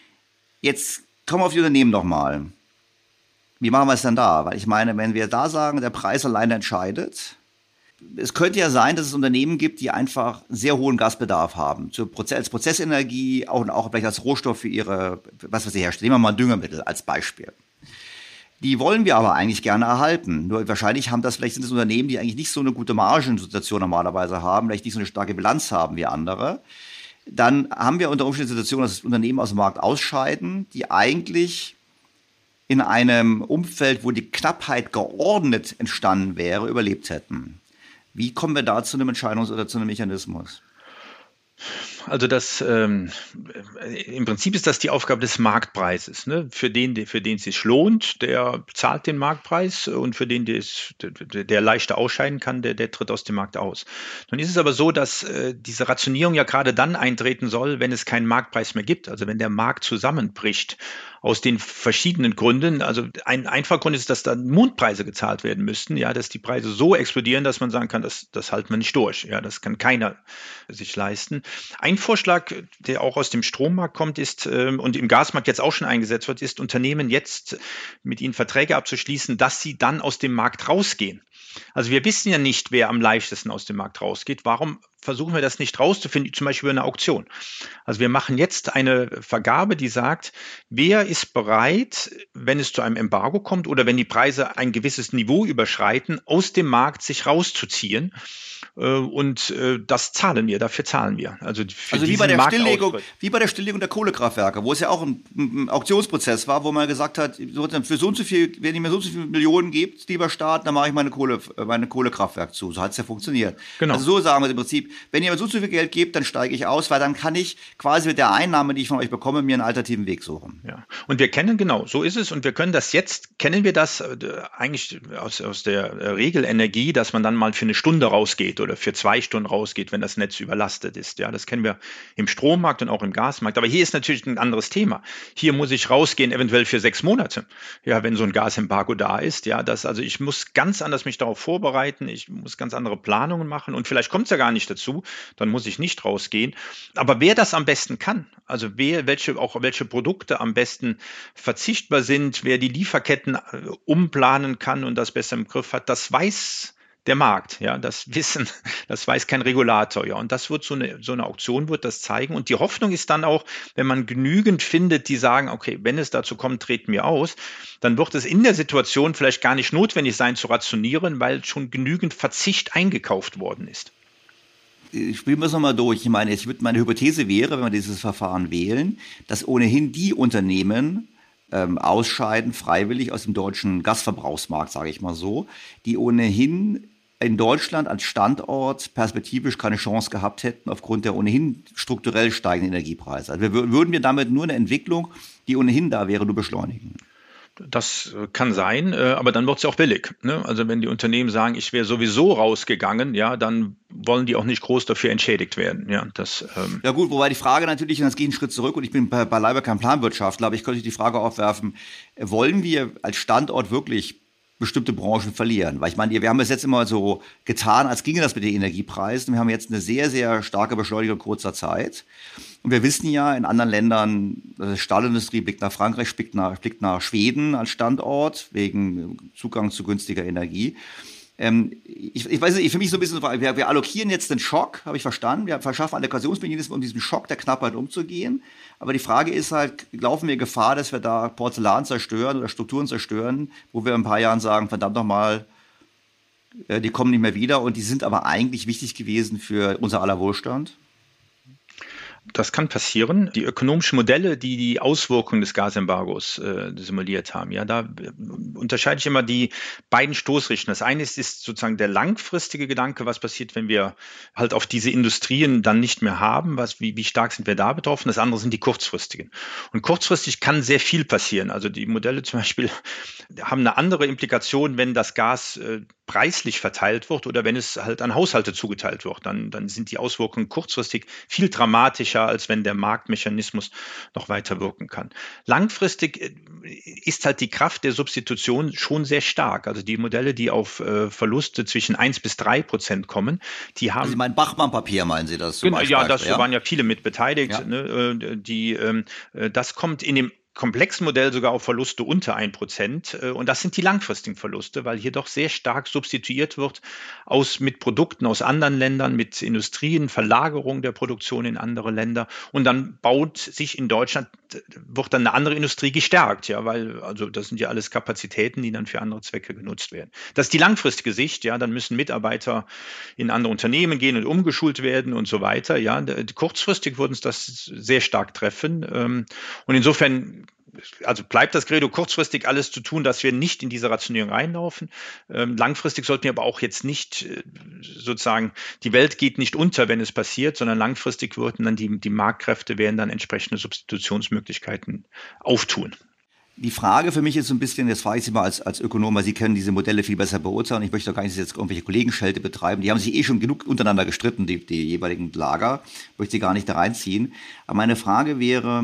Jetzt kommen wir auf die Unternehmen nochmal. Wie machen wir es denn da? Weil ich meine, wenn wir da sagen, der Preis alleine entscheidet, es könnte ja sein, dass es Unternehmen gibt, die einfach sehr hohen Gasbedarf haben, zur Proze- als Prozessenergie, auch, auch vielleicht als Rohstoff für ihre, was was sie herstellen. Nehmen wir mal Düngemittel als Beispiel. Die wollen wir aber eigentlich gerne erhalten. Nur wahrscheinlich haben das, vielleicht sind es Unternehmen, die eigentlich nicht so eine gute Margensituation normalerweise haben, vielleicht nicht so eine starke Bilanz haben wie andere. Dann haben wir unter Umständen die Situation, dass Unternehmen aus dem Markt ausscheiden, die eigentlich in einem Umfeld, wo die Knappheit geordnet entstanden wäre, überlebt hätten. Wie kommen wir da zu einem Entscheidungs- oder zu einem Mechanismus? Also das ähm, im Prinzip ist das die Aufgabe des Marktpreises. Ne? Für den, für den es sich lohnt, der zahlt den Marktpreis, und für den, des, der, der leichter ausscheiden kann, der, der tritt aus dem Markt aus. Nun ist es aber so, dass äh, diese Rationierung ja gerade dann eintreten soll, wenn es keinen Marktpreis mehr gibt, also wenn der Markt zusammenbricht. Aus den verschiedenen Gründen. Also ein einfacher Grund ist, dass dann Mondpreise gezahlt werden müssten, ja, dass die Preise so explodieren, dass man sagen kann, das, das halten wir nicht durch. Ja, das kann keiner sich leisten. Ein ein Vorschlag, der auch aus dem Strommarkt kommt, ist und im Gasmarkt jetzt auch schon eingesetzt wird, ist, Unternehmen jetzt mit ihnen Verträge abzuschließen, dass sie dann aus dem Markt rausgehen. Also wir wissen ja nicht, wer am leichtesten aus dem Markt rausgeht. Warum versuchen wir das nicht rauszufinden, zum Beispiel über eine Auktion? Also wir machen jetzt eine Vergabe, die sagt, wer ist bereit, wenn es zu einem Embargo kommt oder wenn die Preise ein gewisses Niveau überschreiten, aus dem Markt sich rauszuziehen. Und das zahlen wir, dafür zahlen wir. Also, für also wie, bei der Stilllegung, wie bei der Stilllegung der Kohlekraftwerke, wo es ja auch ein, ein Auktionsprozess war, wo man gesagt hat, für so und so viel, wenn ihr mir so und so viele Millionen gebt, lieber Staat, dann mache ich meine, Kohle, meine Kohlekraftwerk zu. So hat es ja funktioniert. Genau. Also so sagen wir im Prinzip, wenn ihr mir so und so viel Geld gebt, dann steige ich aus, weil dann kann ich quasi mit der Einnahme, die ich von euch bekomme, mir einen alternativen Weg suchen. Ja. Und wir kennen, genau, so ist es. Und wir können das jetzt, kennen wir das äh, eigentlich aus, aus der äh, Regelenergie, dass man dann mal für eine Stunde rausgeht oder für zwei Stunden rausgeht, wenn das Netz überlastet ist. Ja, das kennen wir im Strommarkt und auch im Gasmarkt. Aber hier ist natürlich ein anderes Thema. Hier muss ich rausgehen, eventuell für sechs Monate. Ja, wenn so ein Gasembargo da ist. Ja, das, also ich muss ganz anders mich darauf vorbereiten. Ich muss ganz andere Planungen machen und vielleicht kommt es ja gar nicht dazu. Dann muss ich nicht rausgehen. Aber wer das am besten kann, also wer, welche, auch welche Produkte am besten verzichtbar sind, wer die Lieferketten umplanen kann und das besser im Griff hat, das weiß der Markt, ja, das Wissen, das weiß kein Regulator, ja, und das wird so eine, so eine Auktion wird das zeigen und die Hoffnung ist dann auch, wenn man genügend findet, die sagen, okay, wenn es dazu kommt, treten wir aus, dann wird es in der Situation vielleicht gar nicht notwendig sein zu rationieren, weil schon genügend Verzicht eingekauft worden ist. Spielen wir es nochmal durch. Ich meine, ich würde, meine Hypothese wäre, wenn wir dieses Verfahren wählen, dass ohnehin die Unternehmen ähm, ausscheiden, freiwillig aus dem deutschen Gasverbrauchsmarkt, sage ich mal so, die ohnehin in Deutschland als Standort perspektivisch keine Chance gehabt hätten aufgrund der ohnehin strukturell steigenden Energiepreise. Also wir, würden wir damit nur eine Entwicklung, die ohnehin da wäre, nur beschleunigen. Das kann sein, aber dann wird es ja auch billig. Ne? Also wenn die Unternehmen sagen, ich wäre sowieso rausgegangen, ja, dann wollen die auch nicht groß dafür entschädigt werden. Ja, das, ähm ja gut, wobei die Frage natürlich, und das geht einen Schritt zurück, und ich bin bei, beileibe kein Planwirtschaftler, aber ich könnte die Frage aufwerfen, wollen wir als Standort wirklich bestimmte Branchen verlieren? Weil ich meine, wir haben es jetzt immer so getan, als ginge das mit den Energiepreisen. Wir haben jetzt eine sehr, sehr starke Beschleunigung in kurzer Zeit. Und wir wissen ja, in anderen Ländern, die Stahlindustrie blickt nach Frankreich, blickt nach, blickt nach Schweden als Standort, wegen Zugang zu günstiger Energie. Ähm, ich, ich weiß nicht, für mich so ein bisschen, wir, wir allokieren jetzt den Schock, habe ich verstanden. Wir verschaffen Allokationsmechanismen, um diesen Schock der Knappheit umzugehen. Aber die Frage ist halt, laufen wir Gefahr, dass wir da Porzellan zerstören oder Strukturen zerstören, wo wir in ein paar Jahren sagen, verdammt nochmal, äh, die kommen nicht mehr wieder und die sind aber eigentlich wichtig gewesen für unser aller Wohlstand? Das kann passieren. Die ökonomischen Modelle, die die Auswirkungen des Gasembargos äh, simuliert haben, ja, da äh, unterscheide ich immer die beiden Stoßrichtungen. Das eine ist, ist sozusagen der langfristige Gedanke, was passiert, wenn wir halt auf diese Industrien dann nicht mehr haben, was, wie, wie stark sind wir da betroffen. Das andere sind die kurzfristigen. Und kurzfristig kann sehr viel passieren. Also die Modelle zum Beispiel haben eine andere Implikation, wenn das Gas äh, preislich verteilt wird oder wenn es halt an Haushalte zugeteilt wird. Dann, dann sind die Auswirkungen kurzfristig viel dramatischer, als wenn der Marktmechanismus noch weiter wirken kann. Langfristig ist halt die Kraft der Substitution schon sehr stark. Also die Modelle, die auf äh, Verluste zwischen eins bis drei Prozent kommen, die haben... Also Sie meinen Bachmann-Papier, meinen Sie das? Genau, ja, das ja? waren ja viele mit beteiligt. Ja. Ne, die, äh, das kommt in dem komplexen Modell sogar auf Verluste unter ein Prozent. Und das sind die langfristigen Verluste, weil hier doch sehr stark substituiert wird aus, mit Produkten aus anderen Ländern, mit Industrien, Verlagerung der Produktion in andere Länder. Und dann baut sich in Deutschland, wird dann eine andere Industrie gestärkt, ja, weil, also das sind ja alles Kapazitäten, die dann für andere Zwecke genutzt werden. Das ist die langfristige Sicht, ja, dann müssen Mitarbeiter in andere Unternehmen gehen und umgeschult werden und so weiter, ja. Kurzfristig würde uns das sehr stark treffen. Und insofern, also bleibt das Credo, kurzfristig alles zu tun, dass wir nicht in diese Rationierung reinlaufen. Ähm, langfristig sollten wir aber auch jetzt nicht äh, sozusagen, die Welt geht nicht unter, wenn es passiert, sondern langfristig würden dann die, die Marktkräfte werden dann entsprechende Substitutionsmöglichkeiten auftun. Die Frage für mich ist so ein bisschen, jetzt frage ich Sie mal als, als Ökonom, weil Sie können diese Modelle viel besser beurteilen. Ich möchte doch gar nicht jetzt irgendwelche Kollegenschelte betreiben. Die haben sich eh schon genug untereinander gestritten, die, die jeweiligen Lager. Ich möchte Sie gar nicht da reinziehen. Aber meine Frage wäre,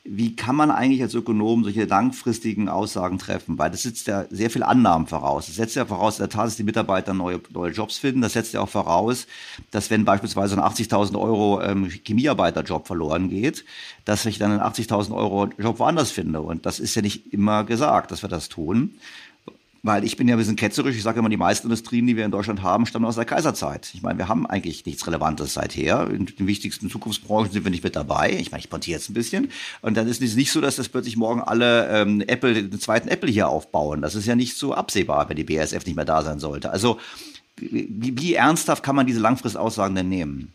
Wie kann man eigentlich als Ökonom solche langfristigen Aussagen treffen? Weil das setzt ja sehr viel Annahmen voraus. Das setzt ja voraus, in der Tat, dass die Mitarbeiter neue, neue Jobs finden. Das setzt ja auch voraus, dass wenn beispielsweise ein achtzigtausend Euro ähm, Chemiearbeiterjob verloren geht, dass ich dann einen achtzigtausend Euro Job woanders finde. Und das ist ja nicht immer gesagt, dass wir das tun. Weil ich bin ja ein bisschen ketzerisch, ich sage immer, die meisten Industrien, die wir in Deutschland haben, stammen aus der Kaiserzeit. Ich meine, wir haben eigentlich nichts Relevantes seither. In den wichtigsten Zukunftsbranchen sind wir nicht mit dabei. Ich meine, ich pontiere jetzt ein bisschen. Und dann ist es nicht so, dass das plötzlich morgen alle ähm, Apple, den zweiten Apple hier aufbauen. Das ist ja nicht so absehbar, wenn die B A S F nicht mehr da sein sollte. Also wie, wie ernsthaft kann man diese Langfristaussagen denn nehmen?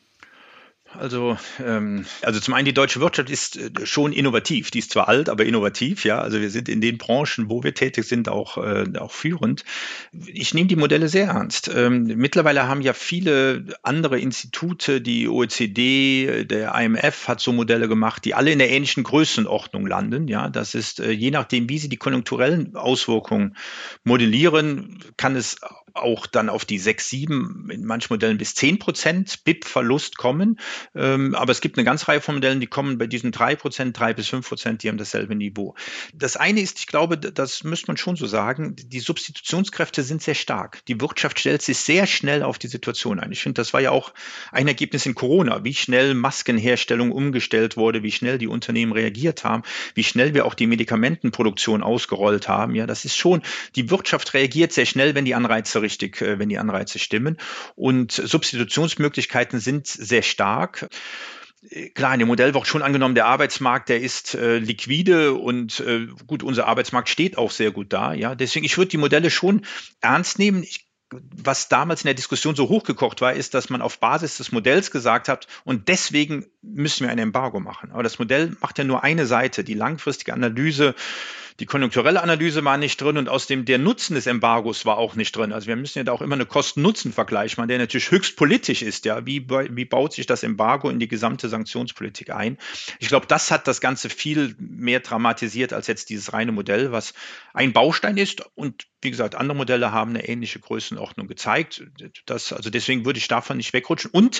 Also, ähm, also zum einen, die deutsche Wirtschaft ist äh, schon innovativ. Die ist zwar alt, aber innovativ, ja. Also wir sind in den Branchen, wo wir tätig sind, auch, äh, auch führend. Ich nehme die Modelle sehr ernst. Ähm, mittlerweile haben ja viele andere Institute, die O E C D, der I M F hat so Modelle gemacht, die alle in der ähnlichen Größenordnung landen. Ja, das ist, äh, je nachdem, wie sie die konjunkturellen Auswirkungen modellieren, kann es auch dann auf die sechs, sieben, in manchen Modellen bis zehn Prozent B I P-Verlust kommen. Ähm, aber es gibt eine ganze Reihe von Modellen, die kommen bei diesen drei Prozent, drei bis fünf Prozent, die haben dasselbe Niveau. Das eine ist, ich glaube, das müsste man schon so sagen, die Substitutionskräfte sind sehr stark. Die Wirtschaft stellt sich sehr schnell auf die Situation ein. Ich finde, das war ja auch ein Ergebnis in Corona, wie schnell Maskenherstellung umgestellt wurde, wie schnell die Unternehmen reagiert haben, wie schnell wir auch die Medikamentenproduktion ausgerollt haben. Ja, das ist schon, die Wirtschaft reagiert sehr schnell, wenn die Anreize richtig, wenn die Anreize stimmen. Und Substitutionsmöglichkeiten sind sehr stark. Klar, in dem Modell wird schon angenommen, der Arbeitsmarkt, der ist äh, liquide und äh, gut, unser Arbeitsmarkt steht auch sehr gut da. Ja, deswegen, ich würde die Modelle schon ernst nehmen. Ich Was damals in der Diskussion so hochgekocht war, ist, dass man auf Basis des Modells gesagt hat, und deswegen müssen wir ein Embargo machen. Aber das Modell macht ja nur eine Seite, die langfristige Analyse. Die konjunkturelle Analyse war nicht drin und außerdem der Nutzen des Embargos war auch nicht drin. Also wir müssen ja da auch immer eine Kosten-Nutzen-Vergleich machen, der natürlich höchst politisch ist. Ja, wie, wie baut sich das Embargo in die gesamte Sanktionspolitik ein? Ich glaube, das hat das Ganze viel mehr dramatisiert als jetzt dieses reine Modell, was ein Baustein ist. Und wie gesagt, andere Modelle haben eine ähnliche Größenordnung gezeigt. Das, also deswegen würde ich davon nicht wegrutschen. Und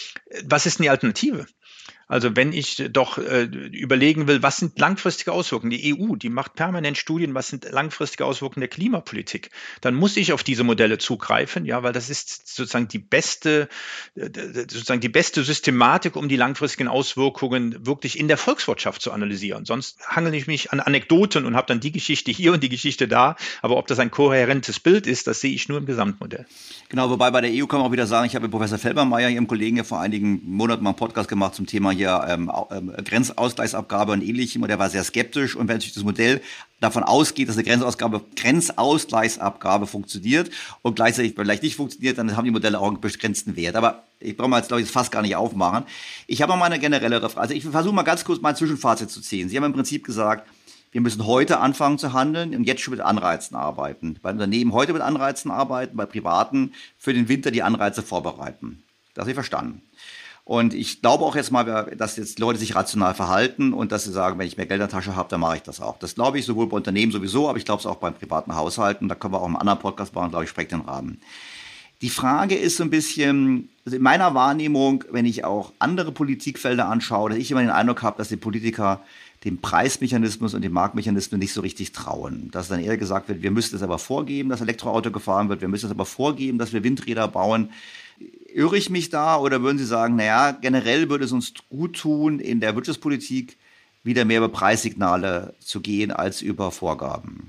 was ist denn die Alternative? Also wenn ich doch äh, überlegen will, was sind langfristige Auswirkungen? Die E U, die macht permanent Studien, was sind langfristige Auswirkungen der Klimapolitik? Dann muss ich auf diese Modelle zugreifen, ja, weil das ist sozusagen die beste, äh, sozusagen die beste Systematik, um die langfristigen Auswirkungen wirklich in der Volkswirtschaft zu analysieren. Sonst hangele ich mich an Anekdoten und habe dann die Geschichte hier und die Geschichte da. Aber ob das ein kohärentes Bild ist, das sehe ich nur im Gesamtmodell. Genau, wobei bei der E U kann man auch wieder sagen, ich habe mit Professor Felbermayr, Ihrem Kollegen, ja vor einigen Monaten mal einen Podcast gemacht zum Thema hier ähm, ähm, Grenzausgleichsabgabe und ähnlichem, und der war sehr skeptisch. Und wenn natürlich das Modell davon ausgeht, dass eine Grenzausgabe, Grenzausgleichsabgabe funktioniert und gleichzeitig vielleicht nicht funktioniert, dann haben die Modelle auch einen begrenzten Wert. Aber ich brauche mal jetzt, glaube ich, das fast gar nicht aufmachen. Ich habe noch mal eine generellere Frage. Also ich versuche mal ganz kurz mein Zwischenfazit zu ziehen. Sie haben im Prinzip gesagt, wir müssen heute anfangen zu handeln und jetzt schon mit Anreizen arbeiten. Bei Unternehmen heute mit Anreizen arbeiten, bei Privaten für den Winter die Anreize vorbereiten. Das habe ich verstanden. Und ich glaube auch jetzt mal, dass jetzt Leute sich rational verhalten und dass sie sagen, wenn ich mehr Geld in der Tasche habe, dann mache ich das auch. Das glaube ich sowohl bei Unternehmen sowieso, aber ich glaube es auch bei privaten Haushalten. Da können wir auch einen anderen Podcast machen, glaube ich, sprengt den Rahmen. Die Frage ist so ein bisschen, also in meiner Wahrnehmung, wenn ich auch andere Politikfelder anschaue, dass ich immer den Eindruck habe, dass die Politiker dem Preismechanismus und dem Marktmechanismus nicht so richtig trauen. Dass dann eher gesagt wird, wir müssen es aber vorgeben, dass Elektroauto gefahren wird, wir müssen es aber vorgeben, dass wir Windräder bauen. Irre ich mich da oder würden Sie sagen, naja, generell würde es uns gut tun, in der Wirtschaftspolitik wieder mehr über Preissignale zu gehen als über Vorgaben?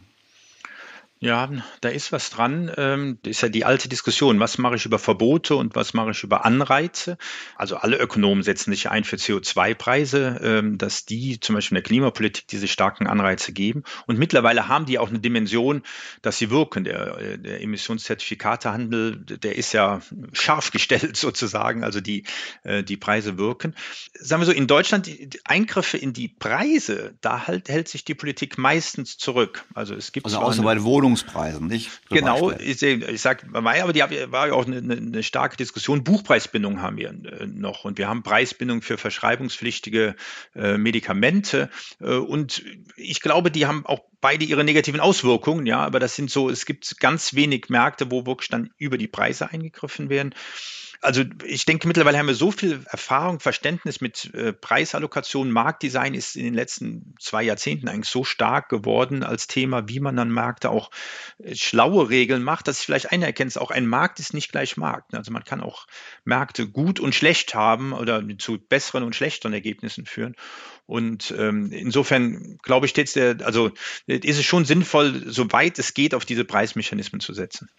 Ja, da ist was dran. Ähm, das ist ja die alte Diskussion. Was mache ich über Verbote und was mache ich über Anreize? Also alle Ökonomen setzen sich ein für C O zwei Preise, ähm, dass die zum Beispiel in der Klimapolitik diese starken Anreize geben. Und mittlerweile haben die auch eine Dimension, dass sie wirken. Der, der Emissionszertifikatehandel, der ist ja scharf gestellt sozusagen. Also die, äh, die Preise wirken. Sagen wir so, in Deutschland, die Eingriffe in die Preise, da halt, hält sich die Politik meistens zurück. Also es gibt also außer bei den Wohnungen Preisen, nicht? Genau, ich, ich sage, aber die war ja auch eine, eine starke Diskussion. Buchpreisbindung haben wir noch und wir haben Preisbindung für verschreibungspflichtige äh, Medikamente äh, und ich glaube, die haben auch beide ihre negativen Auswirkungen, ja, aber das sind so, es gibt ganz wenig Märkte, wo wirklich dann über die Preise eingegriffen werden. Also ich denke, mittlerweile haben wir so viel Erfahrung, Verständnis mit äh, Preisallokation. Marktdesign ist in den letzten zwei Jahrzehnten eigentlich so stark geworden als Thema, wie man dann Märkte auch äh, schlaue Regeln macht, dass vielleicht einer erkennt, auch ein Markt ist nicht gleich Markt. Also man kann auch Märkte gut und schlecht haben oder zu besseren und schlechteren Ergebnissen führen. Und ähm, insofern glaube ich, steht's der, also ist es schon sinnvoll, soweit es geht, auf diese Preismechanismen zu setzen.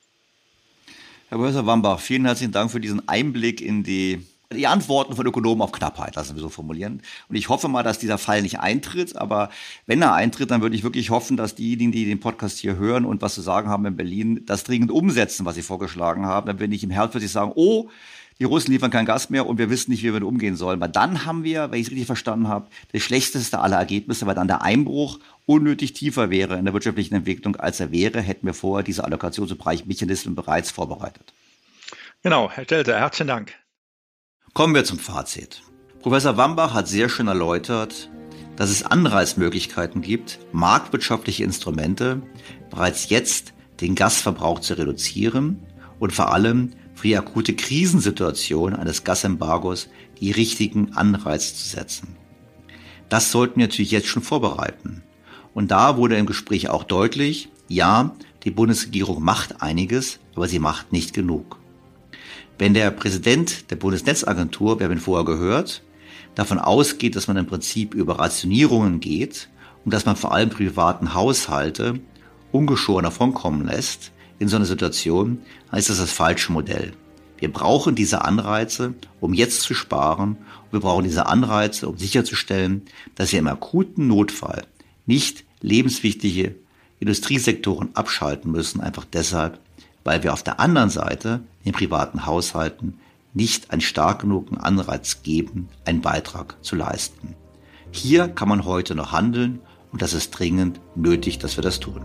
Herr Professor Wambach, vielen herzlichen Dank für diesen Einblick in die, die Antworten von Ökonomen auf Knappheit, lassen wir so formulieren. Und ich hoffe mal, dass dieser Fall nicht eintritt. Aber wenn er eintritt, dann würde ich wirklich hoffen, dass diejenigen, die den Podcast hier hören und was zu sagen haben in Berlin, das dringend umsetzen, was sie vorgeschlagen haben. Dann würde ich im Herbst plötzlich sagen, oh, die Russen liefern kein Gas mehr und wir wissen nicht, wie wir damit umgehen sollen. Weil dann haben wir, wenn ich es richtig verstanden habe, das schlechteste aller Ergebnisse, weil dann der Einbruch unnötig tiefer wäre in der wirtschaftlichen Entwicklung, als er wäre, hätten wir vorher diese Allokations- und Preismechanismen bereits vorbereitet. Genau, Herr Stelter, herzlichen Dank. Kommen wir zum Fazit. Professor Wambach hat sehr schön erläutert, dass es Anreizmöglichkeiten gibt, marktwirtschaftliche Instrumente bereits jetzt den Gasverbrauch zu reduzieren und vor allem für die akute Krisensituation eines Gasembargos die richtigen Anreize zu setzen. Das sollten wir natürlich jetzt schon vorbereiten. Und da wurde im Gespräch auch deutlich, ja, die Bundesregierung macht einiges, aber sie macht nicht genug. Wenn der Präsident der Bundesnetzagentur, wir haben ihn vorher gehört, davon ausgeht, dass man im Prinzip über Rationierungen geht und dass man vor allem privaten Haushalte ungeschoren davonkommen lässt, in so einer Situation, dann ist das das falsche Modell. Wir brauchen diese Anreize, um jetzt zu sparen. Und wir brauchen diese Anreize, um sicherzustellen, dass wir im akuten Notfall nicht lebenswichtige Industriesektoren abschalten müssen, einfach deshalb, weil wir auf der anderen Seite den privaten Haushalten nicht einen stark genugen Anreiz geben, einen Beitrag zu leisten. Hier kann man heute noch handeln und das ist dringend nötig, dass wir das tun.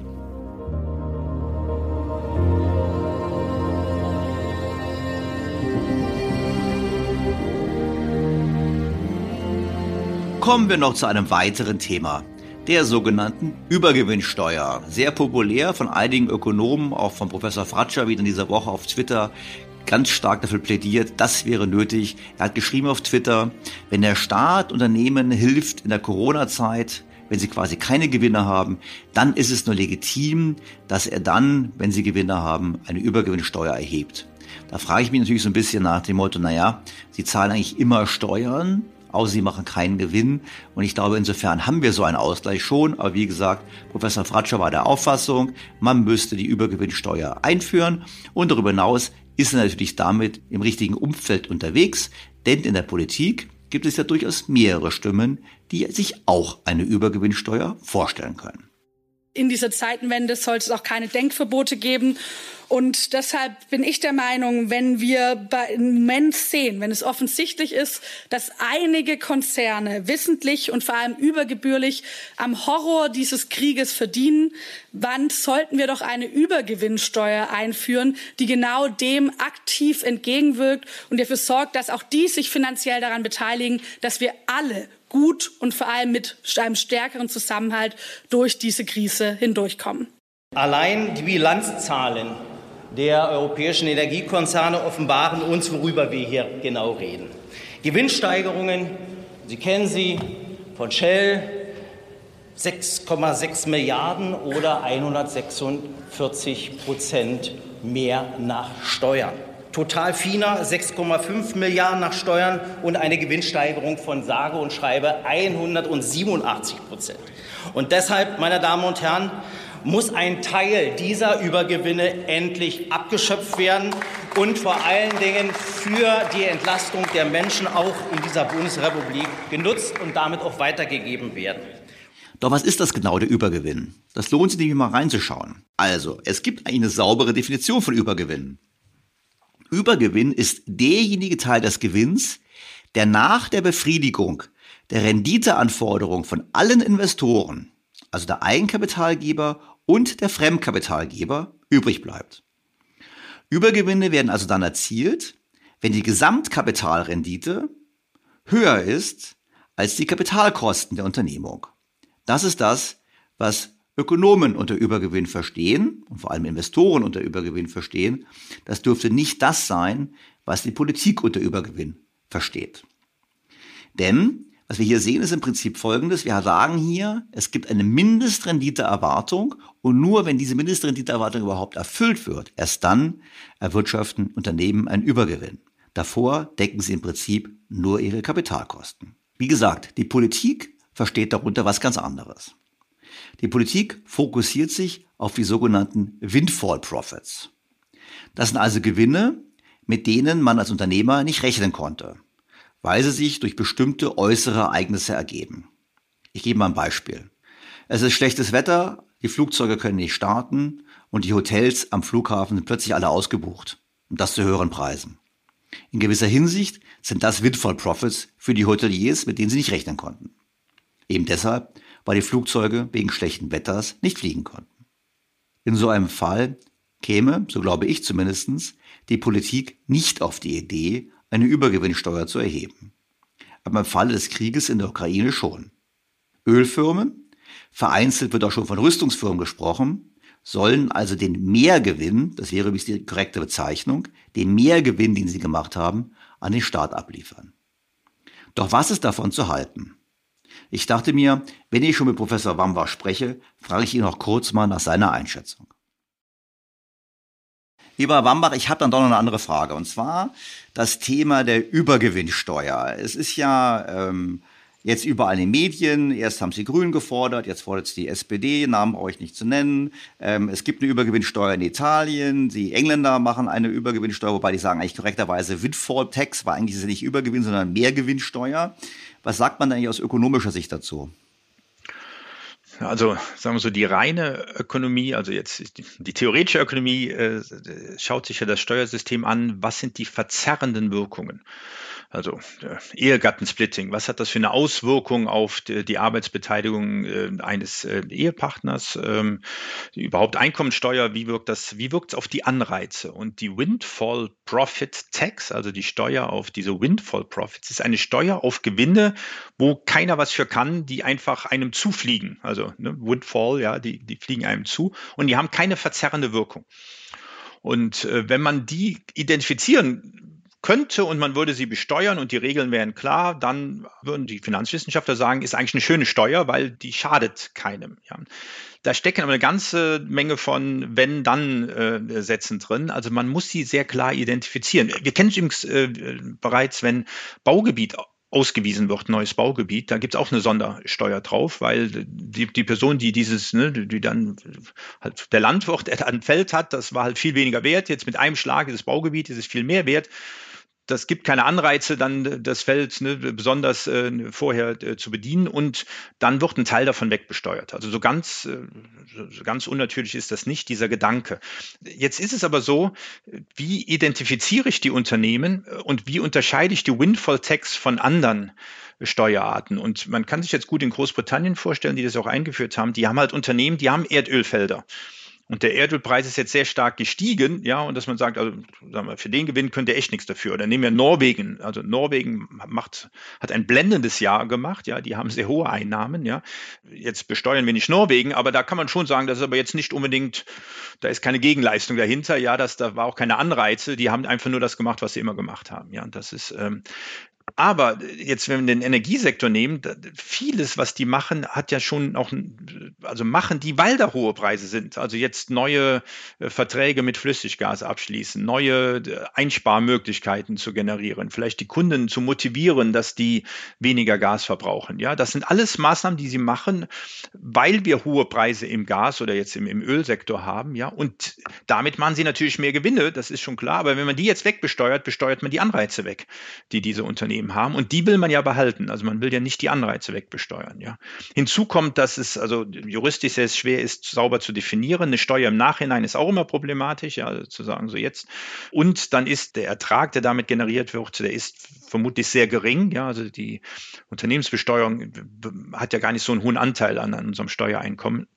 Kommen wir noch zu einem weiteren Thema, der sogenannten Übergewinnsteuer. Sehr populär von einigen Ökonomen, auch von Professor Fratscher wieder in dieser Woche auf Twitter, ganz stark dafür plädiert, das wäre nötig. Er hat geschrieben auf Twitter, wenn der Staat Unternehmen hilft in der Corona-Zeit, wenn sie quasi keine Gewinne haben, dann ist es nur legitim, dass er dann, wenn sie Gewinne haben, eine Übergewinnsteuer erhebt. Da frage ich mich natürlich so ein bisschen nach dem Motto, naja, sie zahlen eigentlich immer Steuern, außer sie machen keinen Gewinn. Und ich glaube, insofern haben wir so einen Ausgleich schon. Aber wie gesagt, Professor Fratscher war der Auffassung, man müsste die Übergewinnsteuer einführen. Und darüber hinaus ist er natürlich damit im richtigen Umfeld unterwegs. Denn in der Politik gibt es ja durchaus mehrere Stimmen, die sich auch eine Übergewinnsteuer vorstellen können. In dieser Zeitenwende sollte es auch keine Denkverbote geben. Und deshalb bin ich der Meinung, wenn wir bei, im Moment sehen, wenn es offensichtlich ist, dass einige Konzerne wissentlich und vor allem übergebührlich am Horror dieses Krieges verdienen, wann sollten wir doch eine Übergewinnsteuer einführen, die genau dem aktiv entgegenwirkt und dafür sorgt, dass auch die sich finanziell daran beteiligen, dass wir alle gut und vor allem mit einem stärkeren Zusammenhalt durch diese Krise hindurchkommen. Allein die Bilanzzahlen der europäischen Energiekonzerne offenbaren uns, worüber wir hier genau reden. Gewinnsteigerungen, Sie kennen sie, von Shell sechs Komma sechs Milliarden oder hundertsechsundvierzig Prozent mehr nach Steuern. Total Fina sechs Komma fünf Milliarden nach Steuern und eine Gewinnsteigerung von sage und schreibe hundertsiebenundachtzig Prozent. Und deshalb, meine Damen und Herren, muss ein Teil dieser Übergewinne endlich abgeschöpft werden und vor allen Dingen für die Entlastung der Menschen auch in dieser Bundesrepublik genutzt und damit auch weitergegeben werden. Doch was ist das genau, der Übergewinn? Das lohnt sich nämlich mal reinzuschauen. Also, es gibt eigentlich eine saubere Definition von Übergewinn. Übergewinn ist derjenige Teil des Gewinns, der nach der Befriedigung der Renditeanforderung von allen Investoren, also der Eigenkapitalgeber und der Fremdkapitalgeber, übrig bleibt. Übergewinne werden also dann erzielt, wenn die Gesamtkapitalrendite höher ist als die Kapitalkosten der Unternehmung. Das ist das, was Ökonomen unter Übergewinn verstehen und vor allem Investoren unter Übergewinn verstehen, das dürfte nicht das sein, was die Politik unter Übergewinn versteht. Denn was wir hier sehen, ist im Prinzip Folgendes. Wir sagen hier, es gibt eine Mindestrenditeerwartung und nur wenn diese Mindestrenditeerwartung überhaupt erfüllt wird, erst dann erwirtschaften Unternehmen einen Übergewinn. Davor decken sie im Prinzip nur ihre Kapitalkosten. Wie gesagt, die Politik versteht darunter was ganz anderes. Die Politik fokussiert sich auf die sogenannten Windfall Profits. Das sind also Gewinne, mit denen man als Unternehmer nicht rechnen konnte, weil sie sich durch bestimmte äußere Ereignisse ergeben. Ich gebe mal ein Beispiel. Es ist schlechtes Wetter, die Flugzeuge können nicht starten und die Hotels am Flughafen sind plötzlich alle ausgebucht. Und das zu höheren Preisen. In gewisser Hinsicht sind das Windfall Profits für die Hoteliers, mit denen sie nicht rechnen konnten. Eben deshalb, weil die Flugzeuge wegen schlechten Wetters nicht fliegen konnten. In so einem Fall käme, so glaube ich zumindest, die Politik nicht auf die Idee, eine Übergewinnsteuer zu erheben. Aber im Falle des Krieges in der Ukraine schon. Ölfirmen, vereinzelt wird auch schon von Rüstungsfirmen gesprochen, sollen also den Mehrgewinn, das wäre übrigens die korrekte Bezeichnung, den Mehrgewinn, den sie gemacht haben, an den Staat abliefern. Doch was ist davon zu halten? Ich dachte mir, wenn ich schon mit Professor Wambach spreche, frage ich ihn noch kurz mal nach seiner Einschätzung. Lieber Herr Wambach, ich habe dann doch noch eine andere Frage, und zwar das Thema der Übergewinnsteuer. Es ist ja ähm, jetzt überall in den Medien, erst haben es die Grünen gefordert, jetzt fordert es die S P D, Namen brauche ich nicht zu nennen. Ähm, es gibt eine Übergewinnsteuer in Italien, die Engländer machen eine Übergewinnsteuer, wobei die sagen eigentlich korrekterweise Windfall Tax, weil eigentlich ist es nicht Übergewinn, sondern Mehrgewinnsteuer. Was sagt man eigentlich aus ökonomischer Sicht dazu? Also sagen wir so, die reine Ökonomie, also jetzt die, die theoretische Ökonomie, äh, schaut sich ja das Steuersystem an, was sind die verzerrenden Wirkungen? Also äh, Ehegattensplitting, was hat das für eine Auswirkung auf die, die Arbeitsbeteiligung äh, eines äh, Ehepartners? Ähm, überhaupt Einkommensteuer, wie wirkt das, wie wirkt es auf die Anreize? Und die Windfall Profit Tax, also die Steuer auf diese Windfall Profits, ist eine Steuer auf Gewinne, wo keiner was für kann, die einfach einem zufliegen. Also ne, Windfall, ja, die, die fliegen einem zu und die haben keine verzerrende Wirkung. Und äh, wenn man die identifizieren könnte und man würde sie besteuern und die Regeln wären klar, dann würden die Finanzwissenschaftler sagen, ist eigentlich eine schöne Steuer, weil die schadet keinem. Ja. Da stecken aber eine ganze Menge von Wenn-Dann-Sätzen äh, drin. Also man muss sie sehr klar identifizieren. Wir kennen es übrigens äh, bereits, wenn Baugebiet ausgewiesen wird, neues Baugebiet, da gibt es auch eine Sondersteuer drauf, weil die, die Person, die dieses, ne, die dann halt der Landwirt, der ein Feld hat, das war halt viel weniger wert. Jetzt mit einem Schlag ist das Baugebiet, ist es viel mehr wert. Das gibt keine Anreize, dann das Feld ne, besonders äh, vorher äh, zu bedienen und dann wird ein Teil davon wegbesteuert. Also so ganz, äh, so ganz unnatürlich ist das nicht, dieser Gedanke. Jetzt ist es aber so, wie identifiziere ich die Unternehmen und wie unterscheide ich die Windfall Tax von anderen Steuerarten? Und man kann sich jetzt gut in Großbritannien vorstellen, die das auch eingeführt haben, die haben halt Unternehmen, die haben Erdölfelder. Und der Erdölpreis ist jetzt sehr stark gestiegen, ja, und dass man sagt, also sagen wir, für den Gewinn könnt ihr echt nichts dafür. Oder nehmen wir Norwegen. Also Norwegen macht, hat ein blendendes Jahr gemacht, ja, die haben sehr hohe Einnahmen, ja. Jetzt besteuern wir nicht Norwegen, aber da kann man schon sagen, das ist aber jetzt nicht unbedingt, da ist keine Gegenleistung dahinter, ja, das, da war auch keine Anreize, die haben einfach nur das gemacht, was sie immer gemacht haben, ja. Und das ist ähm, Aber jetzt, wenn wir den Energiesektor nehmen, vieles, was die machen, hat ja schon auch, also machen die, weil da hohe Preise sind. Also jetzt neue Verträge mit Flüssiggas abschließen, neue Einsparmöglichkeiten zu generieren, vielleicht die Kunden zu motivieren, dass die weniger Gas verbrauchen. Ja, das sind alles Maßnahmen, die sie machen, weil wir hohe Preise im Gas oder jetzt im, im Ölsektor haben. Ja, und damit machen sie natürlich mehr Gewinne, das ist schon klar. Aber wenn man die jetzt wegbesteuert, besteuert man die Anreize weg, die diese Unternehmen haben, und die will man ja behalten. Also man will ja nicht die Anreize wegbesteuern. Ja. Hinzu kommt, dass es also juristisch sehr schwer ist, sauber zu definieren. Eine Steuer im Nachhinein ist auch immer problematisch, ja, also zu sagen, so jetzt. Und dann ist der Ertrag, der damit generiert wird, der ist vermutlich sehr gering. Ja, also die Unternehmensbesteuerung hat ja gar nicht so einen hohen Anteil an, an unserem Steuereinkommen.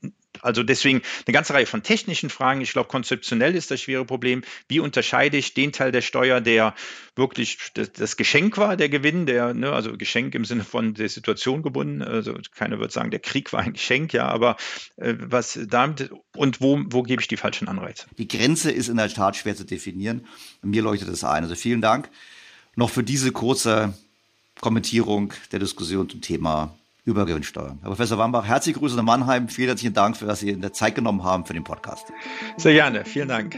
Also deswegen eine ganze Reihe von technischen Fragen. Ich glaube, konzeptionell ist das schwere Problem. Wie unterscheide ich den Teil der Steuer, der wirklich das, das Geschenk war, der Gewinn, der, ne, also Geschenk im Sinne von der Situation gebunden. Also keiner wird sagen, der Krieg war ein Geschenk, ja, aber äh, was damit und wo, wo gebe ich die falschen Anreize? Die Grenze ist in der Tat schwer zu definieren. Mir leuchtet das ein. Also vielen Dank noch für diese kurze Kommentierung der Diskussion zum Thema Übergewinnsteuer. Herr Professor Wambach, herzliche Grüße nach Mannheim. Vielen herzlichen Dank, für dass Sie in der Zeit genommen haben für den Podcast. Sehr gerne. Vielen Dank.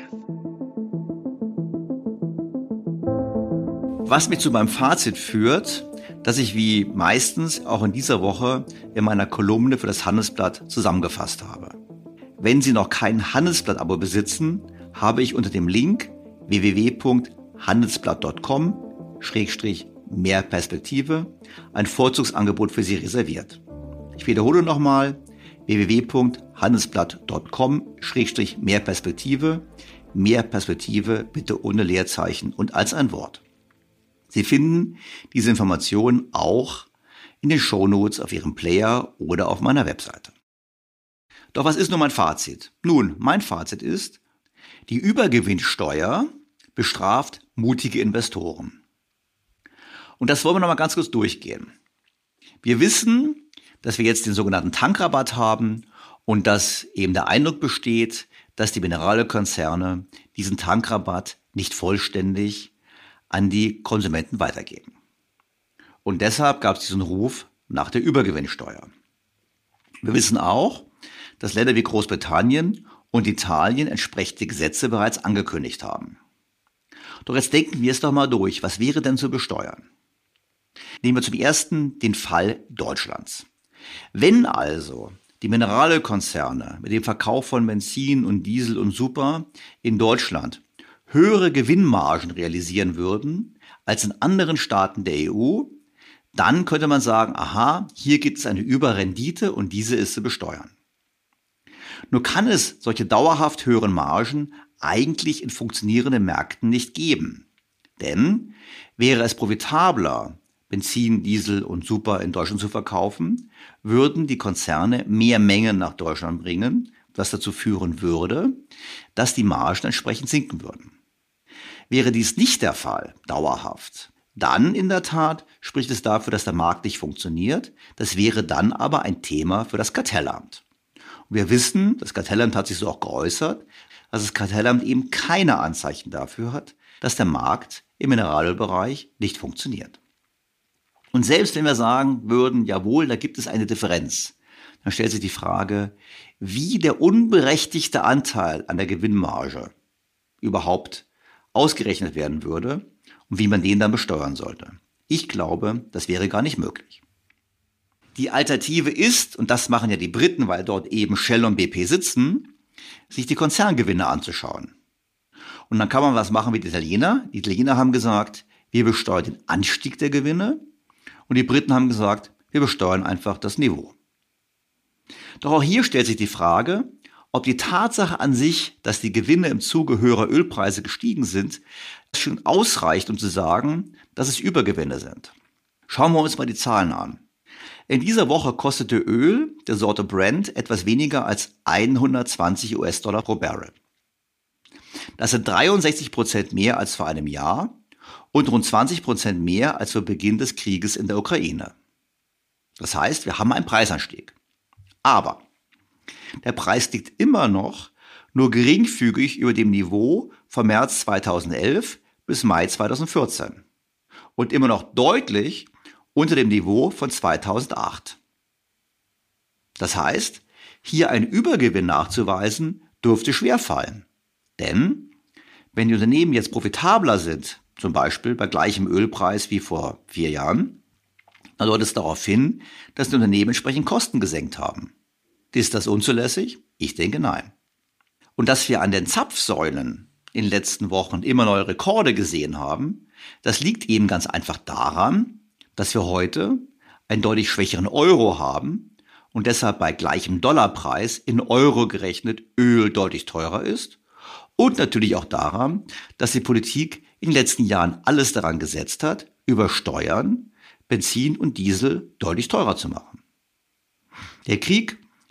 Was mich zu meinem Fazit führt, das ich wie meistens auch in dieser Woche in meiner Kolumne für das Handelsblatt zusammengefasst habe. Wenn Sie noch kein Handelsblatt-Abo besitzen, habe ich unter dem Link w w w punkt handelsblatt punkt com Schrägstrich mehr Perspektive ein Vorzugsangebot für Sie reserviert. Ich wiederhole nochmal w w w punkt handelsblatt punkt com Schrägstrich mehr Perspektive, mehr Perspektive bitte ohne Leerzeichen und als ein Wort. Sie finden diese Informationen auch in den Shownotes auf Ihrem Player oder auf meiner Webseite. Doch was ist nun mein Fazit? Nun, mein Fazit ist, die Übergewinnsteuer bestraft mutige Investoren. Und das wollen wir noch mal ganz kurz durchgehen. Wir wissen, dass wir jetzt den sogenannten Tankrabatt haben und dass eben der Eindruck besteht, dass die Mineralölkonzerne diesen Tankrabatt nicht vollständig an die Konsumenten weitergeben. Und deshalb gab es diesen Ruf nach der Übergewinnsteuer. Wir wissen auch, dass Länder wie Großbritannien und Italien entsprechende Gesetze bereits angekündigt haben. Doch jetzt denken wir es doch mal durch. Was wäre denn zu besteuern? Nehmen wir zum ersten den Fall Deutschlands. Wenn also die Mineralölkonzerne mit dem Verkauf von Benzin und Diesel und Super in Deutschland höhere Gewinnmargen realisieren würden als in anderen Staaten der E U, dann könnte man sagen, aha, hier gibt es eine Überrendite und diese ist zu besteuern. Nur kann es solche dauerhaft höheren Margen eigentlich in funktionierenden Märkten nicht geben. Denn wäre es profitabler, Benzin, Diesel und Super in Deutschland zu verkaufen, würden die Konzerne mehr Mengen nach Deutschland bringen, was dazu führen würde, dass die Margen entsprechend sinken würden. Wäre dies nicht der Fall, dauerhaft, dann in der Tat spricht es dafür, dass der Markt nicht funktioniert. Das wäre dann aber ein Thema für das Kartellamt. Und wir wissen, das Kartellamt hat sich so auch geäußert, dass das Kartellamt eben keine Anzeichen dafür hat, dass der Markt im Mineralölbereich nicht funktioniert. Und selbst wenn wir sagen würden, jawohl, da gibt es eine Differenz, dann stellt sich die Frage, wie der unberechtigte Anteil an der Gewinnmarge überhaupt ausgerechnet werden würde und wie man den dann besteuern sollte. Ich glaube, das wäre gar nicht möglich. Die Alternative ist, und das machen ja die Briten, weil dort eben Shell und B P sitzen, sich die Konzerngewinne anzuschauen. Und dann kann man was machen wie die Italiener. Die Italiener haben gesagt, wir besteuern den Anstieg der Gewinne. Und die Briten haben gesagt, wir besteuern einfach das Niveau. Doch auch hier stellt sich die Frage, ob die Tatsache an sich, dass die Gewinne im Zuge höherer Ölpreise gestiegen sind, schon ausreicht, um zu sagen, dass es Übergewinne sind. Schauen wir uns mal die Zahlen an. In dieser Woche kostete Öl der Sorte Brent etwas weniger als hundertzwanzig US-Dollar pro Barrel. Das sind dreiundsechzig Prozent mehr als vor einem Jahr und rund zwanzig Prozent mehr als zu Beginn des Krieges in der Ukraine. Das heißt, wir haben einen Preisanstieg. Aber der Preis liegt immer noch nur geringfügig über dem Niveau von März zweitausendelf bis Mai zweitausendvierzehn und immer noch deutlich unter dem Niveau von zweitausendacht. Das heißt, hier einen Übergewinn nachzuweisen, dürfte schwerfallen. Denn wenn die Unternehmen jetzt profitabler sind, zum Beispiel bei gleichem Ölpreis wie vor vier Jahren, dann deutet es darauf hin, dass die Unternehmen entsprechend Kosten gesenkt haben. Ist das unzulässig? Ich denke nein. Und dass wir an den Zapfsäulen in den letzten Wochen immer neue Rekorde gesehen haben, das liegt eben ganz einfach daran, dass wir heute einen deutlich schwächeren Euro haben und deshalb bei gleichem Dollarpreis in Euro gerechnet Öl deutlich teurer ist und natürlich auch daran, dass die Politik in den letzten Jahren alles daran gesetzt hat, über Steuern Benzin und Diesel deutlich teurer zu machen. Der Krieg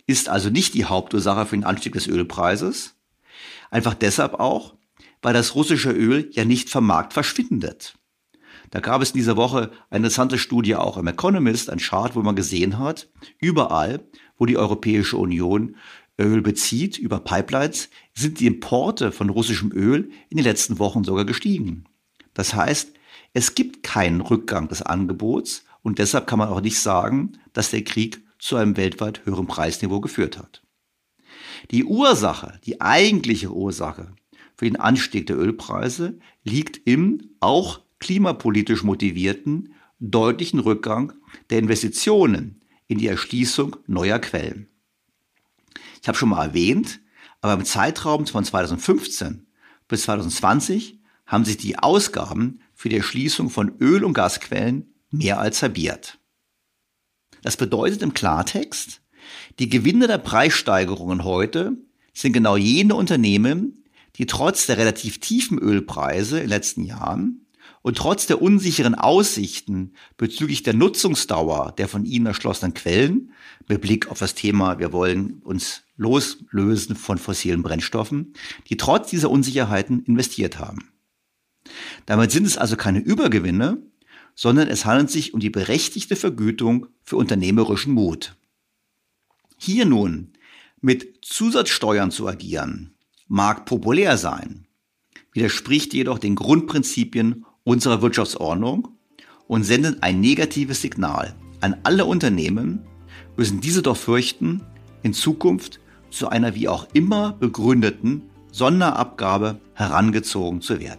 ist also nicht die Hauptursache für den Anstieg des Ölpreises. Einfach deshalb auch, weil das russische Öl ja nicht vom Markt verschwindet. Da gab es in dieser Woche eine interessante Studie auch im Economist, ein Chart, wo man gesehen hat, überall, wo die Europäische Union Öl bezieht, über Pipelines, sind die Importe von russischem Öl in den letzten Wochen sogar gestiegen. Das heißt, es gibt keinen Rückgang des Angebots und deshalb kann man auch nicht sagen, dass der Krieg zu einem weltweit höheren Preisniveau geführt hat. Die Ursache, die eigentliche Ursache für den Anstieg der Ölpreise liegt im auch klimapolitisch motivierten deutlichen Rückgang der Investitionen in die Erschließung neuer Quellen. Ich habe schon mal erwähnt, aber im Zeitraum von zweitausendfünfzehn bis zweitausendzwanzig haben sich die Ausgaben für die Erschließung von Öl- und Gasquellen mehr als halbiert. Das bedeutet im Klartext, die Gewinner der Preissteigerungen heute sind genau jene Unternehmen, die trotz der relativ tiefen Ölpreise in den letzten Jahren und trotz der unsicheren Aussichten bezüglich der Nutzungsdauer der von ihnen erschlossenen Quellen, mit Blick auf das Thema, wir wollen uns loslösen von fossilen Brennstoffen, die trotz dieser Unsicherheiten investiert haben. Damit sind es also keine Übergewinne, sondern es handelt sich um die berechtigte Vergütung für unternehmerischen Mut. Hier nun mit Zusatzsteuern zu agieren, mag populär sein, widerspricht jedoch den Grundprinzipien unserer Wirtschaftsordnung und sendet ein negatives Signal an alle Unternehmen, müssen diese doch fürchten, in Zukunft zu einer wie auch immer begründeten Sonderabgabe herangezogen zu werden.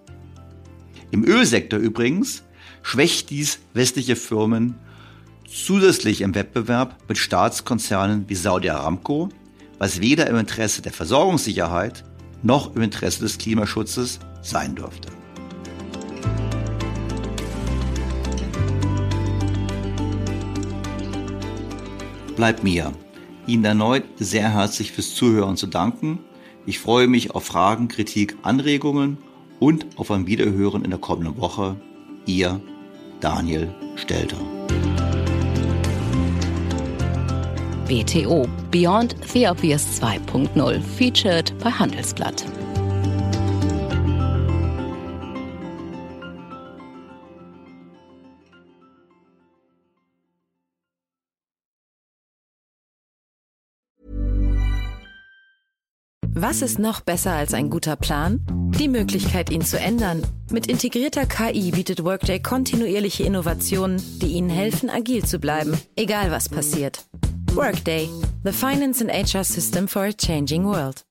Im Ölsektor übrigens schwächt dies westliche Firmen zusätzlich im Wettbewerb mit Staatskonzernen wie Saudi Aramco, was weder im Interesse der Versorgungssicherheit noch im Interesse des Klimaschutzes sein dürfte. Bleibt mir, Ihnen erneut sehr herzlich fürs Zuhören zu danken. Ich freue mich auf Fragen, Kritik, Anregungen und auf ein Wiederhören in der kommenden Woche. Ihr Daniel Stelter. B T O Beyond the Obvious zwei Punkt null, featured bei Handelsblatt. Was ist noch besser als ein guter Plan? Die Möglichkeit, ihn zu ändern. Mit integrierter K I bietet Workday kontinuierliche Innovationen, die Ihnen helfen, agil zu bleiben, egal was passiert. Workday, the finance and H R system for a changing world.